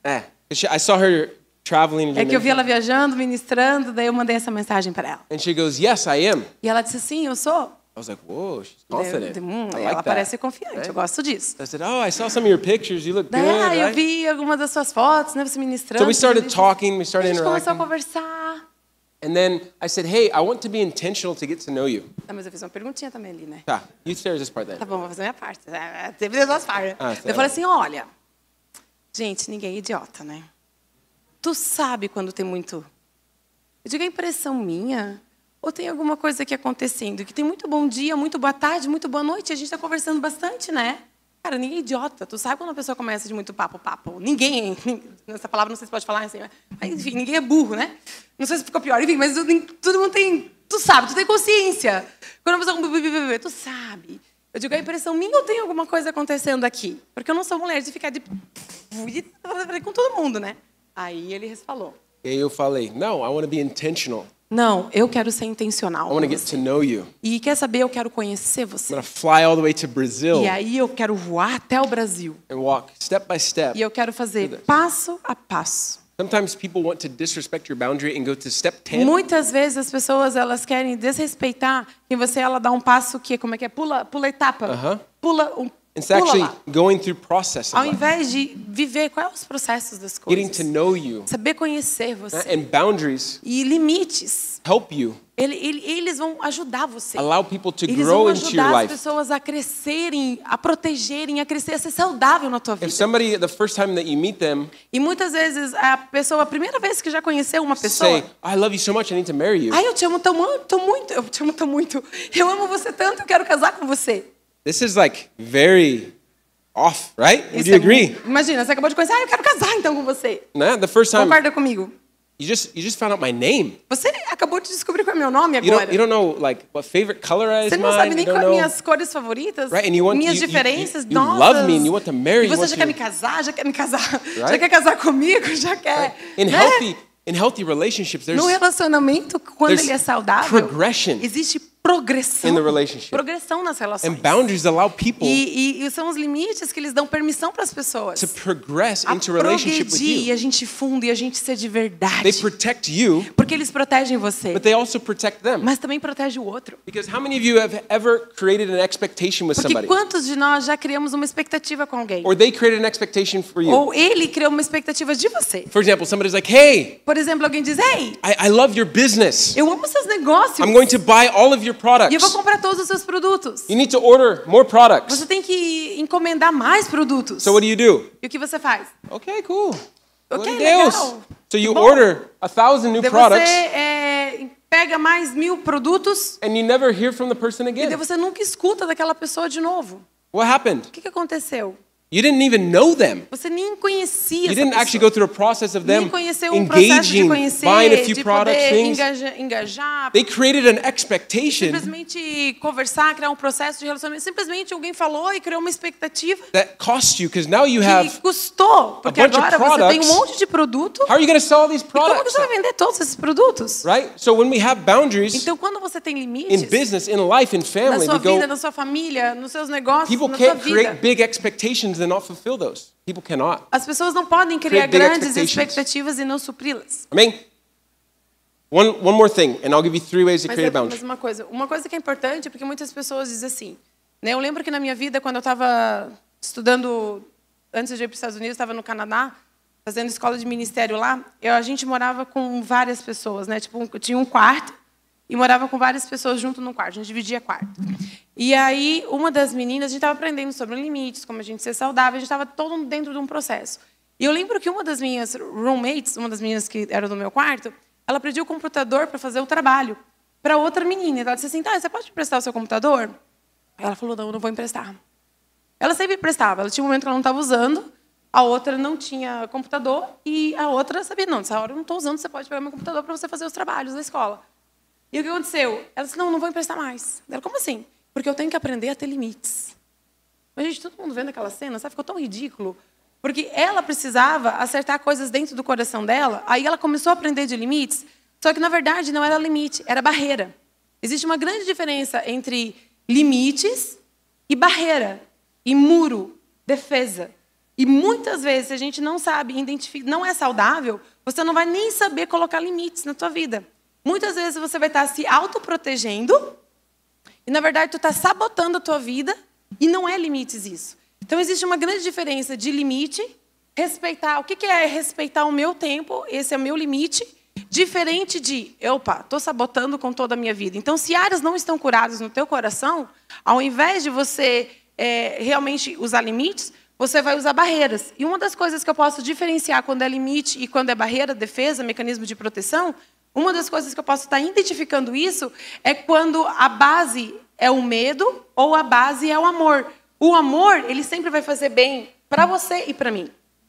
Speaker 2: I saw her traveling.
Speaker 3: É que eu vi ela viajando, ministrando, daí eu mandei essa mensagem para ela.
Speaker 2: And she goes, yes, I am.
Speaker 3: E ela disse, sim, eu sou.
Speaker 2: I was like, whoa, she's confident. I
Speaker 3: Ela
Speaker 2: like
Speaker 3: parece
Speaker 2: that.
Speaker 3: confiante, eu gosto disso.
Speaker 2: I said, oh, I saw some of your pictures. You look good,
Speaker 3: Daí eu
Speaker 2: right?
Speaker 3: vi algumas das suas fotos, né, você ministrando.
Speaker 2: So we started
Speaker 3: tudo
Speaker 2: talking, we
Speaker 3: isso.
Speaker 2: started
Speaker 3: A gente começou a
Speaker 2: interacting.
Speaker 3: conversar.
Speaker 2: And then I said, hey, I want to be intentional to get to know you.
Speaker 3: Ah, mas eu fiz uma perguntinha também ali, né?
Speaker 2: Tá, you stare this part then.
Speaker 3: Tá bom, vou fazer a minha parte. Teve as duas partes.
Speaker 2: Ah,
Speaker 3: Eu falei assim, olha, gente, ninguém é idiota, né? Tu sabe quando tem muito... Eu digo, é impressão minha? Ou tem alguma coisa aqui acontecendo? Que tem muito bom dia, muito boa tarde, muito boa noite, a gente está conversando bastante, né? Cara, ninguém é idiota. Tu sabe quando a pessoa começa de muito papo. Ninguém, essa palavra não sei se pode falar assim, mas enfim, ninguém é burro, né? Não sei se ficou pior, enfim, mas todo mundo tem, tu sabe, tu tem consciência. Quando a pessoa, tu sabe. Eu digo, a impressão minha ou tem alguma coisa acontecendo aqui? Porque eu não sou mulher de ficar com todo mundo, né? Aí ele falou,
Speaker 2: E aí eu falei, no, I want to be intentional.
Speaker 3: não, eu quero ser
Speaker 2: I
Speaker 3: intencional
Speaker 2: want to
Speaker 3: com
Speaker 2: get
Speaker 3: você.
Speaker 2: to know you.
Speaker 3: E quer saber, eu quero conhecer
Speaker 2: I'm
Speaker 3: você.
Speaker 2: going to fly all the way to Brazil
Speaker 3: E aí eu quero voar até o Brasil.
Speaker 2: and walk step by step.
Speaker 3: E eu quero fazer passo a passo.
Speaker 2: Sometimes people want to disrespect your boundary and go to step 10.
Speaker 3: Muitas vezes as pessoas elas querem desrespeitar que você ela dá um passo que como é que é pula etapa, pula
Speaker 2: It's actually
Speaker 3: lá.
Speaker 2: going through process of
Speaker 3: Ao
Speaker 2: life.
Speaker 3: invés de viver quais são os processos das
Speaker 2: Getting
Speaker 3: coisas,
Speaker 2: to know you.
Speaker 3: saber conhecer você
Speaker 2: And boundaries
Speaker 3: e limites,
Speaker 2: help you
Speaker 3: eles vão ajudar você.
Speaker 2: allow people to
Speaker 3: Eles
Speaker 2: grow
Speaker 3: vão
Speaker 2: into your
Speaker 3: ajudar as
Speaker 2: life.
Speaker 3: pessoas a crescerem, a protegerem, a crescer, a ser saudável na tua vida.
Speaker 2: If somebody, the first time that you meet them,
Speaker 3: E muitas vezes a primeira vez que já conheceu uma pessoa,
Speaker 2: say, I love you so much, I need to marry you.
Speaker 3: ai, eu te amo tão muito, eu te amo tão muito, eu amo você tanto, eu quero casar com você.
Speaker 2: This is like very off, right? Would
Speaker 3: Isso
Speaker 2: you
Speaker 3: é
Speaker 2: agree?
Speaker 3: muito- Imagina, você acabou de conhecer, eu quero casar então com você.
Speaker 2: Nah, the first time
Speaker 3: Concorda comigo?
Speaker 2: you just found out my name.
Speaker 3: Você acabou de descobrir qual é meu nome
Speaker 2: You
Speaker 3: agora.
Speaker 2: don't know like what favorite color is
Speaker 3: Você não
Speaker 2: mine.
Speaker 3: sabe
Speaker 2: You
Speaker 3: nem
Speaker 2: don't
Speaker 3: quais
Speaker 2: know.
Speaker 3: minhas cores favoritas,
Speaker 2: Right, and you want-
Speaker 3: minhas
Speaker 2: you
Speaker 3: diferenças,
Speaker 2: you
Speaker 3: nossas.
Speaker 2: love me and you want to marry,
Speaker 3: E
Speaker 2: you
Speaker 3: você
Speaker 2: want
Speaker 3: já
Speaker 2: to-
Speaker 3: quer me casar, já quer me casar, já
Speaker 2: Right?
Speaker 3: quer casar comigo, já quer.
Speaker 2: In
Speaker 3: né?
Speaker 2: healthy relationships,
Speaker 3: No
Speaker 2: there's
Speaker 3: relacionamento, quando
Speaker 2: there's
Speaker 3: ele é saudável,
Speaker 2: progression
Speaker 3: existe progressão.
Speaker 2: in the relationship.
Speaker 3: Progressão nas relações.
Speaker 2: And boundaries allow people
Speaker 3: E são os limites que eles dão permissão para as pessoas.
Speaker 2: to progress
Speaker 3: A
Speaker 2: into a relationship with
Speaker 3: progredir e
Speaker 2: you.
Speaker 3: a gente funda e a gente ser de verdade.
Speaker 2: They protect you,
Speaker 3: Porque eles protegem você,
Speaker 2: but they also protect them.
Speaker 3: mas também protege o outro.
Speaker 2: Because how many of you have ever created an expectation with
Speaker 3: Porque
Speaker 2: somebody?
Speaker 3: quantos de nós já criamos uma expectativa com alguém?
Speaker 2: Or they created an expectation for you?
Speaker 3: Ou ele criou uma expectativa de você.
Speaker 2: For example, somebody's like, hey,
Speaker 3: Por exemplo, alguém diz, ei,
Speaker 2: I love your business.
Speaker 3: eu amo seus negócios.
Speaker 2: I'm going to buy all of your products.
Speaker 3: E eu vou comprar todos os seus produtos.
Speaker 2: You need to order more products.
Speaker 3: Você tem que encomendar mais produtos.
Speaker 2: So what do?
Speaker 3: E o que você faz?
Speaker 2: Okay, cool.
Speaker 3: Ok,
Speaker 2: Glória a Deus.
Speaker 3: legal.
Speaker 2: So you
Speaker 3: Bom.
Speaker 2: order 1,000 new
Speaker 3: Daí
Speaker 2: products
Speaker 3: você pega mais 1.000 produtos
Speaker 2: and you never hear from the person
Speaker 3: e daí
Speaker 2: again.
Speaker 3: você nunca escuta daquela pessoa de novo.
Speaker 2: What happened?
Speaker 3: O que aconteceu?
Speaker 2: You didn't even know them.
Speaker 3: Você nem conhecia
Speaker 2: You
Speaker 3: essa
Speaker 2: didn't actually
Speaker 3: pessoa.
Speaker 2: go through a process of them
Speaker 3: Nem conheceu um processo de
Speaker 2: engaging,
Speaker 3: conhecer,
Speaker 2: buying a few
Speaker 3: de
Speaker 2: products,
Speaker 3: poder
Speaker 2: things.
Speaker 3: engajar,
Speaker 2: They created an expectation
Speaker 3: simplesmente conversar, criar um processo de relacionamento. Simplesmente alguém falou e criou uma expectativa
Speaker 2: that cost you because now you
Speaker 3: que
Speaker 2: have.
Speaker 3: custou. Porque
Speaker 2: bunch of
Speaker 3: agora você tem um
Speaker 2: products.
Speaker 3: monte de produto.
Speaker 2: How are you going to sell all these
Speaker 3: E como que
Speaker 2: products?
Speaker 3: você vai vender todos esses produtos?
Speaker 2: Right? So when we have boundaries
Speaker 3: Então, quando você tem
Speaker 2: in
Speaker 3: limites
Speaker 2: business, in life, in
Speaker 3: na
Speaker 2: family,
Speaker 3: sua
Speaker 2: we go.
Speaker 3: vida, na sua família, nos seus negócios,
Speaker 2: People
Speaker 3: na sua
Speaker 2: can't create
Speaker 3: vida,
Speaker 2: big expectations and not fulfill those. People cannot.
Speaker 3: as pessoas não podem criar
Speaker 2: Create big
Speaker 3: grandes
Speaker 2: expectations.
Speaker 3: expectativas e não supri-las.
Speaker 2: I mean, one more thing, and I'll give you 3 ways to
Speaker 3: Mas,
Speaker 2: create a
Speaker 3: mas
Speaker 2: boundary.
Speaker 3: uma coisa que é importante, porque muitas pessoas dizem assim, né? Eu lembro que na minha vida, quando eu estava estudando, antes de ir para os Estados Unidos, estava no Canadá, fazendo escola de ministério lá, a gente morava com várias pessoas, né? Tipo, eu tinha um quarto e morava com várias pessoas junto num quarto, a gente dividia quarto. E aí, uma das meninas, a gente estava aprendendo sobre limites, como a gente ser saudável, a gente estava todo mundo dentro de um processo. E eu lembro que uma das minhas roommates, uma das meninas que era do meu quarto, ela pediu o computador para fazer o trabalho para outra menina. Ela disse assim, tá, você pode emprestar o seu computador? Ela falou, não, eu não vou emprestar. Ela sempre emprestava, ela tinha um momento que ela não estava usando, a outra não tinha computador e a outra sabia, não, nessa hora eu não estou usando, você pode pegar meu computador para você fazer os trabalhos da escola. E o que aconteceu? Ela disse, não, não vou emprestar mais. Ela, como assim? Porque eu tenho que aprender a ter limites. Mas, gente, todo mundo vendo aquela cena, sabe? Ficou tão ridículo. Porque ela precisava acertar coisas dentro do coração dela, aí ela começou a aprender de limites, só que, na verdade, não era limite, era barreira. Existe uma grande diferença entre limites e barreira, e muro, defesa. E, muitas vezes, se a gente não sabe identificar, não é saudável, você não vai nem saber colocar limites na tua vida. Muitas vezes você vai estar se autoprotegendo e, na verdade, tu está sabotando a tua vida e não é limites isso. Então, existe uma grande diferença de limite, respeitar. O que é respeitar o meu tempo? Esse é o meu limite. Diferente de, opa, estou sabotando com toda a minha vida. Então, se áreas não estão curadas no teu coração, ao invés de você realmente usar limites, você vai usar barreiras. E uma das coisas que eu posso diferenciar quando é limite e quando é barreira, defesa, mecanismo de proteção, uma das coisas que eu posso estar identificando isso é quando a base é o medo ou a base é o amor. O amor, ele sempre vai fazer bem para você e para mim.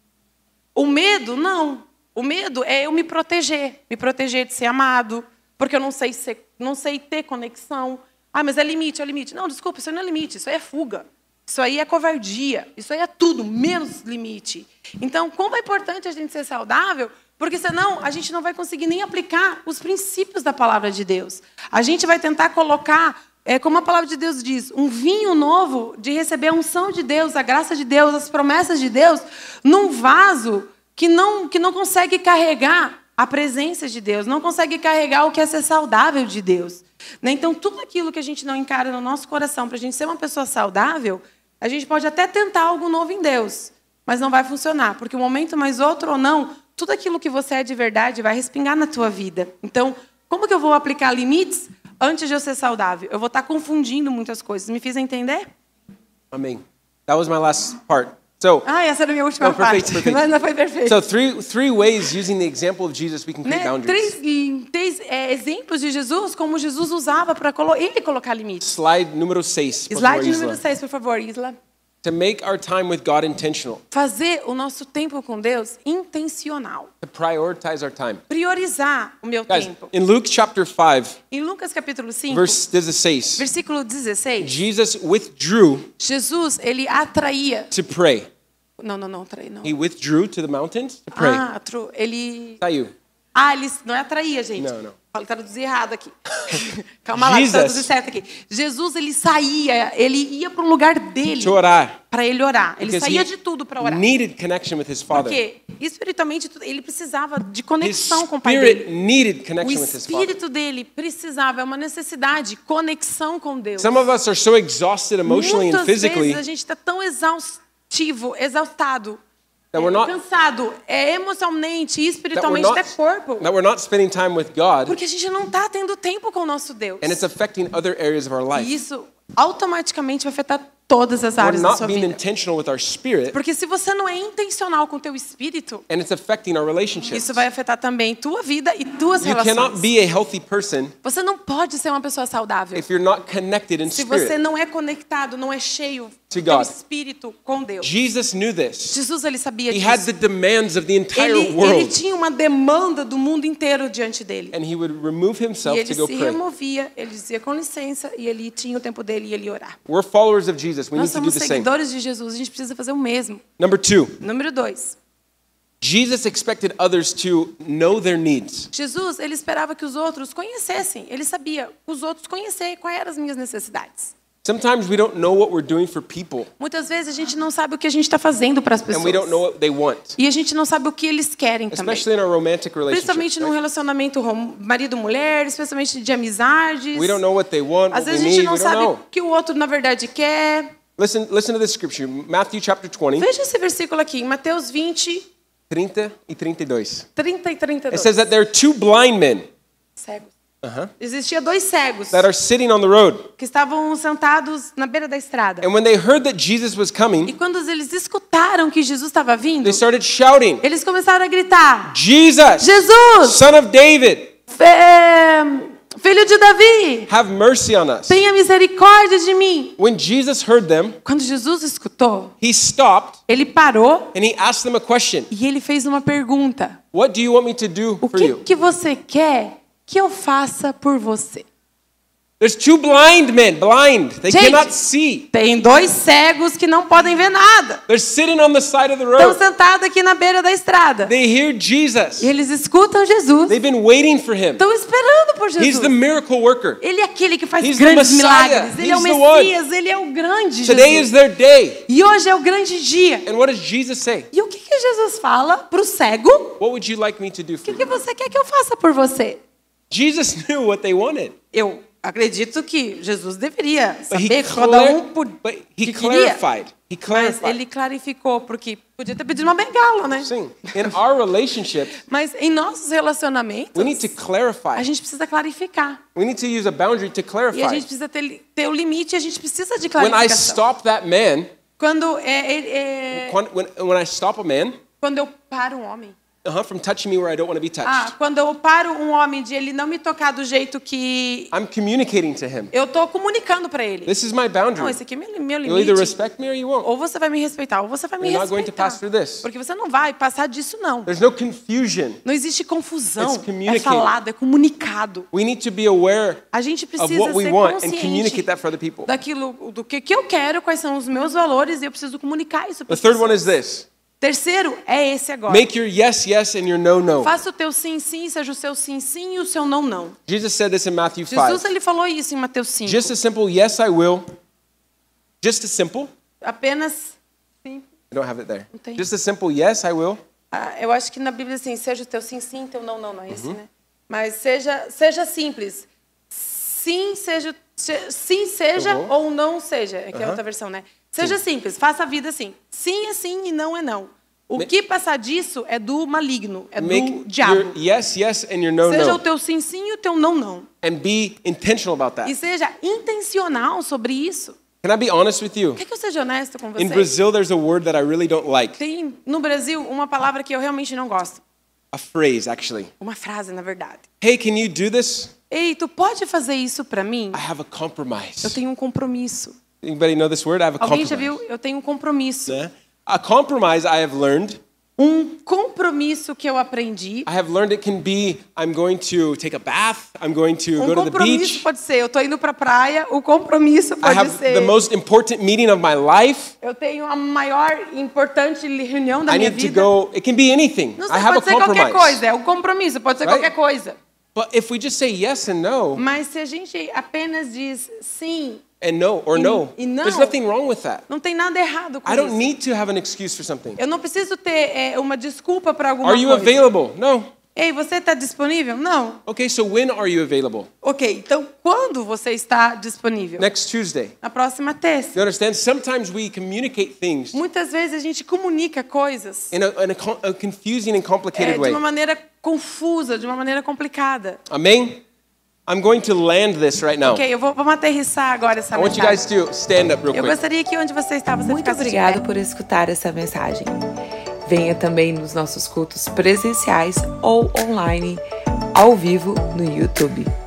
Speaker 3: O medo, não. O medo é eu me proteger de ser amado, porque eu não sei ter conexão. Ah, mas é limite, é limite. Não, desculpa, isso aí não é limite, isso aí é fuga. Isso aí é covardia, isso aí é tudo, menos limite. Então, como é importante a gente ser saudável, porque senão a gente não vai conseguir nem aplicar os princípios da palavra de Deus. A gente vai tentar colocar, como a palavra de Deus diz, um vinho novo de receber a unção de Deus, a graça de Deus, as promessas de Deus, num vaso que não consegue carregar a presença de Deus, não consegue carregar o que é ser saudável de Deus. Então, tudo aquilo que a gente não encara no nosso coração para a gente ser uma pessoa saudável, a gente pode até tentar algo novo em Deus, mas não vai funcionar, porque um momento mais outro ou não, tudo aquilo que você é de verdade vai respingar na tua vida. Então, como que eu vou aplicar limites antes de eu ser saudável? Eu vou estar confundindo muitas coisas. Me fiz entender?
Speaker 2: Amém. That was my last part. So,
Speaker 3: essa era a minha última parte.
Speaker 2: perfeito.
Speaker 3: Mas não foi perfeito.
Speaker 2: So three ways using the example of Jesus we can create boundaries.
Speaker 3: Três exemplos de Jesus, como Jesus usava para ele colocar limites.
Speaker 2: Slide número 6.
Speaker 3: Slide número 6, por favor, Isla.
Speaker 2: To make our time with God intentional.
Speaker 3: Fazer o nosso tempo com Deus intencional.
Speaker 2: To prioritize our time.
Speaker 3: Priorizar o meu tempo.
Speaker 2: In Luke chapter 5,
Speaker 3: em Lucas capítulo 5,
Speaker 2: verse 16,
Speaker 3: versículo 16,
Speaker 2: Jesus withdrew
Speaker 3: Jesus, ele atraía.
Speaker 2: to pray.
Speaker 3: Não, atraía, não.
Speaker 2: He withdrew to the mountains to pray.
Speaker 3: Ele...
Speaker 2: Saiu.
Speaker 3: Ele não é atraía, gente.
Speaker 2: Não.
Speaker 3: Falei, traduzir errado aqui. Calma lá, traduzir certo aqui. Jesus, ele saía, ele ia para um lugar dele.
Speaker 2: To orar.
Speaker 3: Para ele orar. Ele
Speaker 2: Because
Speaker 3: saía de tudo para orar.
Speaker 2: Needed connection with his Father.
Speaker 3: Porque espiritualmente ele precisava de conexão
Speaker 2: His
Speaker 3: com o Pai
Speaker 2: spirit
Speaker 3: dele.
Speaker 2: needed connection
Speaker 3: O
Speaker 2: with his Father.
Speaker 3: espírito dele precisava, é uma necessidade, conexão com Deus.
Speaker 2: Some of us are so exhausted emotionally and
Speaker 3: Muitas
Speaker 2: physically.
Speaker 3: vezes a gente está tão exaustado
Speaker 2: That we're not,
Speaker 3: cansado, emocionalmente,
Speaker 2: that we're
Speaker 3: espiritualmente,
Speaker 2: not,
Speaker 3: até corpo.
Speaker 2: that we're not spending time with God,
Speaker 3: Porque a gente não está tendo tempo com o nosso Deus.
Speaker 2: and it's affecting other areas of our life.
Speaker 3: E isso automaticamente vai afetar todas as
Speaker 2: We're
Speaker 3: áreas da
Speaker 2: not
Speaker 3: sua
Speaker 2: being
Speaker 3: vida.
Speaker 2: intentional with our spirit,
Speaker 3: Porque se você não é intencional com o teu espírito,
Speaker 2: and it's affecting our relationships.
Speaker 3: isso vai afetar também tua vida e tuas
Speaker 2: You cannot
Speaker 3: relações.
Speaker 2: be a healthy person
Speaker 3: Você não pode ser uma pessoa saudável
Speaker 2: if you're not connected in
Speaker 3: se você
Speaker 2: spirit.
Speaker 3: não é conectado, não é cheio
Speaker 2: To
Speaker 3: do teu
Speaker 2: God.
Speaker 3: espírito com Deus.
Speaker 2: Jesus knew this.
Speaker 3: Jesus, ele sabia
Speaker 2: He had
Speaker 3: disso.
Speaker 2: the demands of the entire
Speaker 3: Ele
Speaker 2: world,
Speaker 3: tinha uma demanda do mundo inteiro diante dele.
Speaker 2: and he would remove
Speaker 3: E
Speaker 2: himself
Speaker 3: ele
Speaker 2: to go
Speaker 3: se
Speaker 2: pray.
Speaker 3: removia, ele dizia com licença, e ele tinha o tempo dele e ele ia orar.
Speaker 2: We're followers of Jesus. We
Speaker 3: Nós
Speaker 2: need to do
Speaker 3: somos
Speaker 2: the same.
Speaker 3: seguidores de Jesus, a gente precisa fazer o mesmo.
Speaker 2: Number 2,
Speaker 3: Número 2.
Speaker 2: Jesus expected others to know their needs.
Speaker 3: Jesus, ele esperava que os outros conhecessem. Ele sabia os outros conhecer quais eram as minhas necessidades.
Speaker 2: Sometimes we don't know what we're doing for people,
Speaker 3: Muitas vezes a gente não sabe o que a gente está fazendo para as
Speaker 2: and we don't know
Speaker 3: pessoas.
Speaker 2: what they want,
Speaker 3: E a gente não sabe o que eles querem também.
Speaker 2: especially in our romantic
Speaker 3: Principalmente
Speaker 2: relationships.
Speaker 3: num
Speaker 2: Right?
Speaker 3: relacionamento marido-mulher, especialmente de amizades.
Speaker 2: We don't know what they want,
Speaker 3: Às
Speaker 2: what we
Speaker 3: vezes a gente
Speaker 2: need.
Speaker 3: não
Speaker 2: We don't
Speaker 3: sabe
Speaker 2: know.
Speaker 3: o que o outro na verdade quer.
Speaker 2: Listen to this scripture, Matthew chapter 20,
Speaker 3: Veja esse versículo aqui, em Mateus 20,
Speaker 2: 30 e 32.
Speaker 3: 30 e 32.
Speaker 2: It says that there are two blind men
Speaker 3: Cegos. Existia dois cegos
Speaker 2: that are sitting on the road.
Speaker 3: que estavam sentados na beira da estrada.
Speaker 2: And when they heard that Jesus was
Speaker 3: E
Speaker 2: coming,
Speaker 3: quando eles escutaram que Jesus estava vindo,
Speaker 2: they started shouting,
Speaker 3: eles começaram a gritar:
Speaker 2: Jesus,
Speaker 3: Jesus,
Speaker 2: Son of David,
Speaker 3: filho de Davi,
Speaker 2: have mercy on us.
Speaker 3: tenha misericórdia de mim.
Speaker 2: When Jesus heard them,
Speaker 3: Quando Jesus escutou,
Speaker 2: he stopped
Speaker 3: ele parou
Speaker 2: and he asked them a question.
Speaker 3: e ele fez uma pergunta:
Speaker 2: What do you want me to do
Speaker 3: o
Speaker 2: for
Speaker 3: que
Speaker 2: you?
Speaker 3: que você quer que eu faça por você?
Speaker 2: There's two blind men, blind. They
Speaker 3: Gente.
Speaker 2: cannot see.
Speaker 3: Tem dois cegos que não podem ver nada.
Speaker 2: They're sitting on the side of the
Speaker 3: Estão
Speaker 2: road.
Speaker 3: sentados aqui na beira da estrada.
Speaker 2: They hear Jesus.
Speaker 3: E eles escutam Jesus.
Speaker 2: They've been waiting for him.
Speaker 3: Estão esperando por
Speaker 2: He's
Speaker 3: Jesus.
Speaker 2: the miracle worker.
Speaker 3: Ele é aquele que faz
Speaker 2: He's the
Speaker 3: grandes
Speaker 2: Messiah.
Speaker 3: milagres. Ele é o
Speaker 2: He's the one.
Speaker 3: Messias. Ele é o grande
Speaker 2: Today is
Speaker 3: Jesus.
Speaker 2: their day.
Speaker 3: E hoje é o grande dia.
Speaker 2: And what does Jesus say?
Speaker 3: E o que Jesus fala para o cego?
Speaker 2: What would you like me to do
Speaker 3: O
Speaker 2: for
Speaker 3: que
Speaker 2: you?
Speaker 3: você quer que eu faça por você?
Speaker 2: Jesus knew what they wanted.
Speaker 3: Eu acredito que Jesus deveria
Speaker 2: But he,
Speaker 3: saber cada um por
Speaker 2: but he
Speaker 3: que queria.
Speaker 2: clarified. He
Speaker 3: Mas
Speaker 2: clarified.
Speaker 3: ele clarificou, porque podia ter pedido uma bengala, né?
Speaker 2: Sim. In our relationships,
Speaker 3: Mas em nossos relacionamentos,
Speaker 2: we need to clarify.
Speaker 3: a gente precisa clarificar.
Speaker 2: We need to use a boundary to
Speaker 3: E a
Speaker 2: clarify.
Speaker 3: gente precisa ter o limite, e a gente precisa de
Speaker 2: When I
Speaker 3: clarificação.
Speaker 2: stop that man,
Speaker 3: Quando,
Speaker 2: when I stop a man
Speaker 3: quando eu paro um homem.
Speaker 2: from touching me where I don't want to be touched,
Speaker 3: Quando eu paro um homem de ele não me tocar do jeito que
Speaker 2: I'm communicating to him.
Speaker 3: eu tô comunicando para ele.
Speaker 2: This is my
Speaker 3: Não,
Speaker 2: boundary.
Speaker 3: esse aqui é meu
Speaker 2: You'll either
Speaker 3: limite.
Speaker 2: respect me or you won't.
Speaker 3: Ou você vai me respeitar, ou você vai me
Speaker 2: You're not going to
Speaker 3: respeitar.
Speaker 2: pass through this.
Speaker 3: Porque você não vai passar disso, não.
Speaker 2: There's no confusion.
Speaker 3: Não existe confusão.
Speaker 2: It's
Speaker 3: É
Speaker 2: communicated.
Speaker 3: falado, é comunicado.
Speaker 2: We need to be aware
Speaker 3: A gente
Speaker 2: of
Speaker 3: precisa
Speaker 2: what we
Speaker 3: ser
Speaker 2: want and
Speaker 3: consciente
Speaker 2: communicate that for other people.
Speaker 3: daquilo, do que eu quero, quais são os meus valores, e eu preciso comunicar isso para
Speaker 2: The third one is this.
Speaker 3: Terceiro é esse agora.
Speaker 2: Make your yes, yes, and your no, no.
Speaker 3: Faça o teu sim, sim, seja o seu sim, sim e o seu não, não.
Speaker 2: Jesus said this in Matthew 5.
Speaker 3: Jesus, ele falou isso em Mateus 5.
Speaker 2: Just a simple yes, I will. Just a simple.
Speaker 3: Apenas sim.
Speaker 2: I don't have it there.
Speaker 3: Não tem.
Speaker 2: Just a simple yes, I will.
Speaker 3: Eu acho que na Bíblia assim, seja o teu sim, sim, teu não, não, não é esse,
Speaker 2: Uhum.
Speaker 3: né? Mas seja simples. Sim seja
Speaker 2: Uhum.
Speaker 3: ou não seja. É que é outra versão, né? Seja simples, faça a vida assim. Sim é sim e não é não. O que passar disso é do maligno, é do
Speaker 2: Make
Speaker 3: diabo.
Speaker 2: your yes, yes, and your no,
Speaker 3: Seja o
Speaker 2: no.
Speaker 3: teu sim, sim e o teu não, não.
Speaker 2: And be intentional about
Speaker 3: E
Speaker 2: that.
Speaker 3: seja intencional sobre isso.
Speaker 2: Can I be honest with you?
Speaker 3: Quer que eu seja honesto com
Speaker 2: In
Speaker 3: você?
Speaker 2: Brazil, there's a word that I really don't like.
Speaker 3: Tem no Brasil uma palavra que eu realmente não gosto.
Speaker 2: A phrase, actually.
Speaker 3: Uma frase, na verdade.
Speaker 2: Hey, can you do this?
Speaker 3: Ei, tu pode fazer isso para mim?
Speaker 2: I have a
Speaker 3: Eu
Speaker 2: compromise.
Speaker 3: tenho um compromisso.
Speaker 2: Anybody know this word? I have a
Speaker 3: Alguém já
Speaker 2: compromise.
Speaker 3: viu? Eu tenho um compromisso.
Speaker 2: Yeah. A compromise I have learned.
Speaker 3: Um compromisso que eu aprendi.
Speaker 2: I have learned it can be I'm going to take a bath, I'm going to
Speaker 3: Um
Speaker 2: go to the
Speaker 3: compromisso
Speaker 2: beach.
Speaker 3: pode ser, eu tô indo pra praia. O compromisso
Speaker 2: I
Speaker 3: pode
Speaker 2: have
Speaker 3: ser,
Speaker 2: the most important meeting of my life.
Speaker 3: eu tenho a maior importante reunião da
Speaker 2: I
Speaker 3: minha
Speaker 2: need to
Speaker 3: vida.
Speaker 2: go. It can be anything.
Speaker 3: Não
Speaker 2: I
Speaker 3: sei,
Speaker 2: have a
Speaker 3: pode ser qualquer
Speaker 2: compromise.
Speaker 3: coisa. É o compromisso, pode ser
Speaker 2: Right?
Speaker 3: qualquer coisa.
Speaker 2: But if we just say yes and no,
Speaker 3: Mas se a gente apenas diz sim,
Speaker 2: and no or no,
Speaker 3: e não,
Speaker 2: there's nothing wrong with that.
Speaker 3: não tem nada errado com
Speaker 2: I don't
Speaker 3: isso.
Speaker 2: need to have an excuse for something.
Speaker 3: Eu não preciso ter uma desculpa para alguma
Speaker 2: Are you
Speaker 3: coisa.
Speaker 2: available? No.
Speaker 3: Ei, você está disponível? Não.
Speaker 2: Okay, so when are you available?
Speaker 3: Ok, então quando você está disponível?
Speaker 2: Next Tuesday.
Speaker 3: Na próxima terça.
Speaker 2: You understand? Sometimes we communicate things
Speaker 3: Muitas vezes a gente comunica coisas
Speaker 2: in a confusing and complicated
Speaker 3: de
Speaker 2: way.
Speaker 3: uma maneira confusa, de uma maneira complicada.
Speaker 2: Amém? I'm going to land this right now.
Speaker 3: Ok, vamos aterrissar agora essa
Speaker 2: I want you
Speaker 3: mensagem.
Speaker 2: guys to stand up real
Speaker 3: Eu
Speaker 2: quick.
Speaker 3: gostaria que onde você está, você
Speaker 1: Muito
Speaker 3: ficasse de
Speaker 1: obrigado
Speaker 3: pé.
Speaker 1: por escutar essa mensagem. Venha também nos nossos cultos presenciais ou online, ao vivo no YouTube.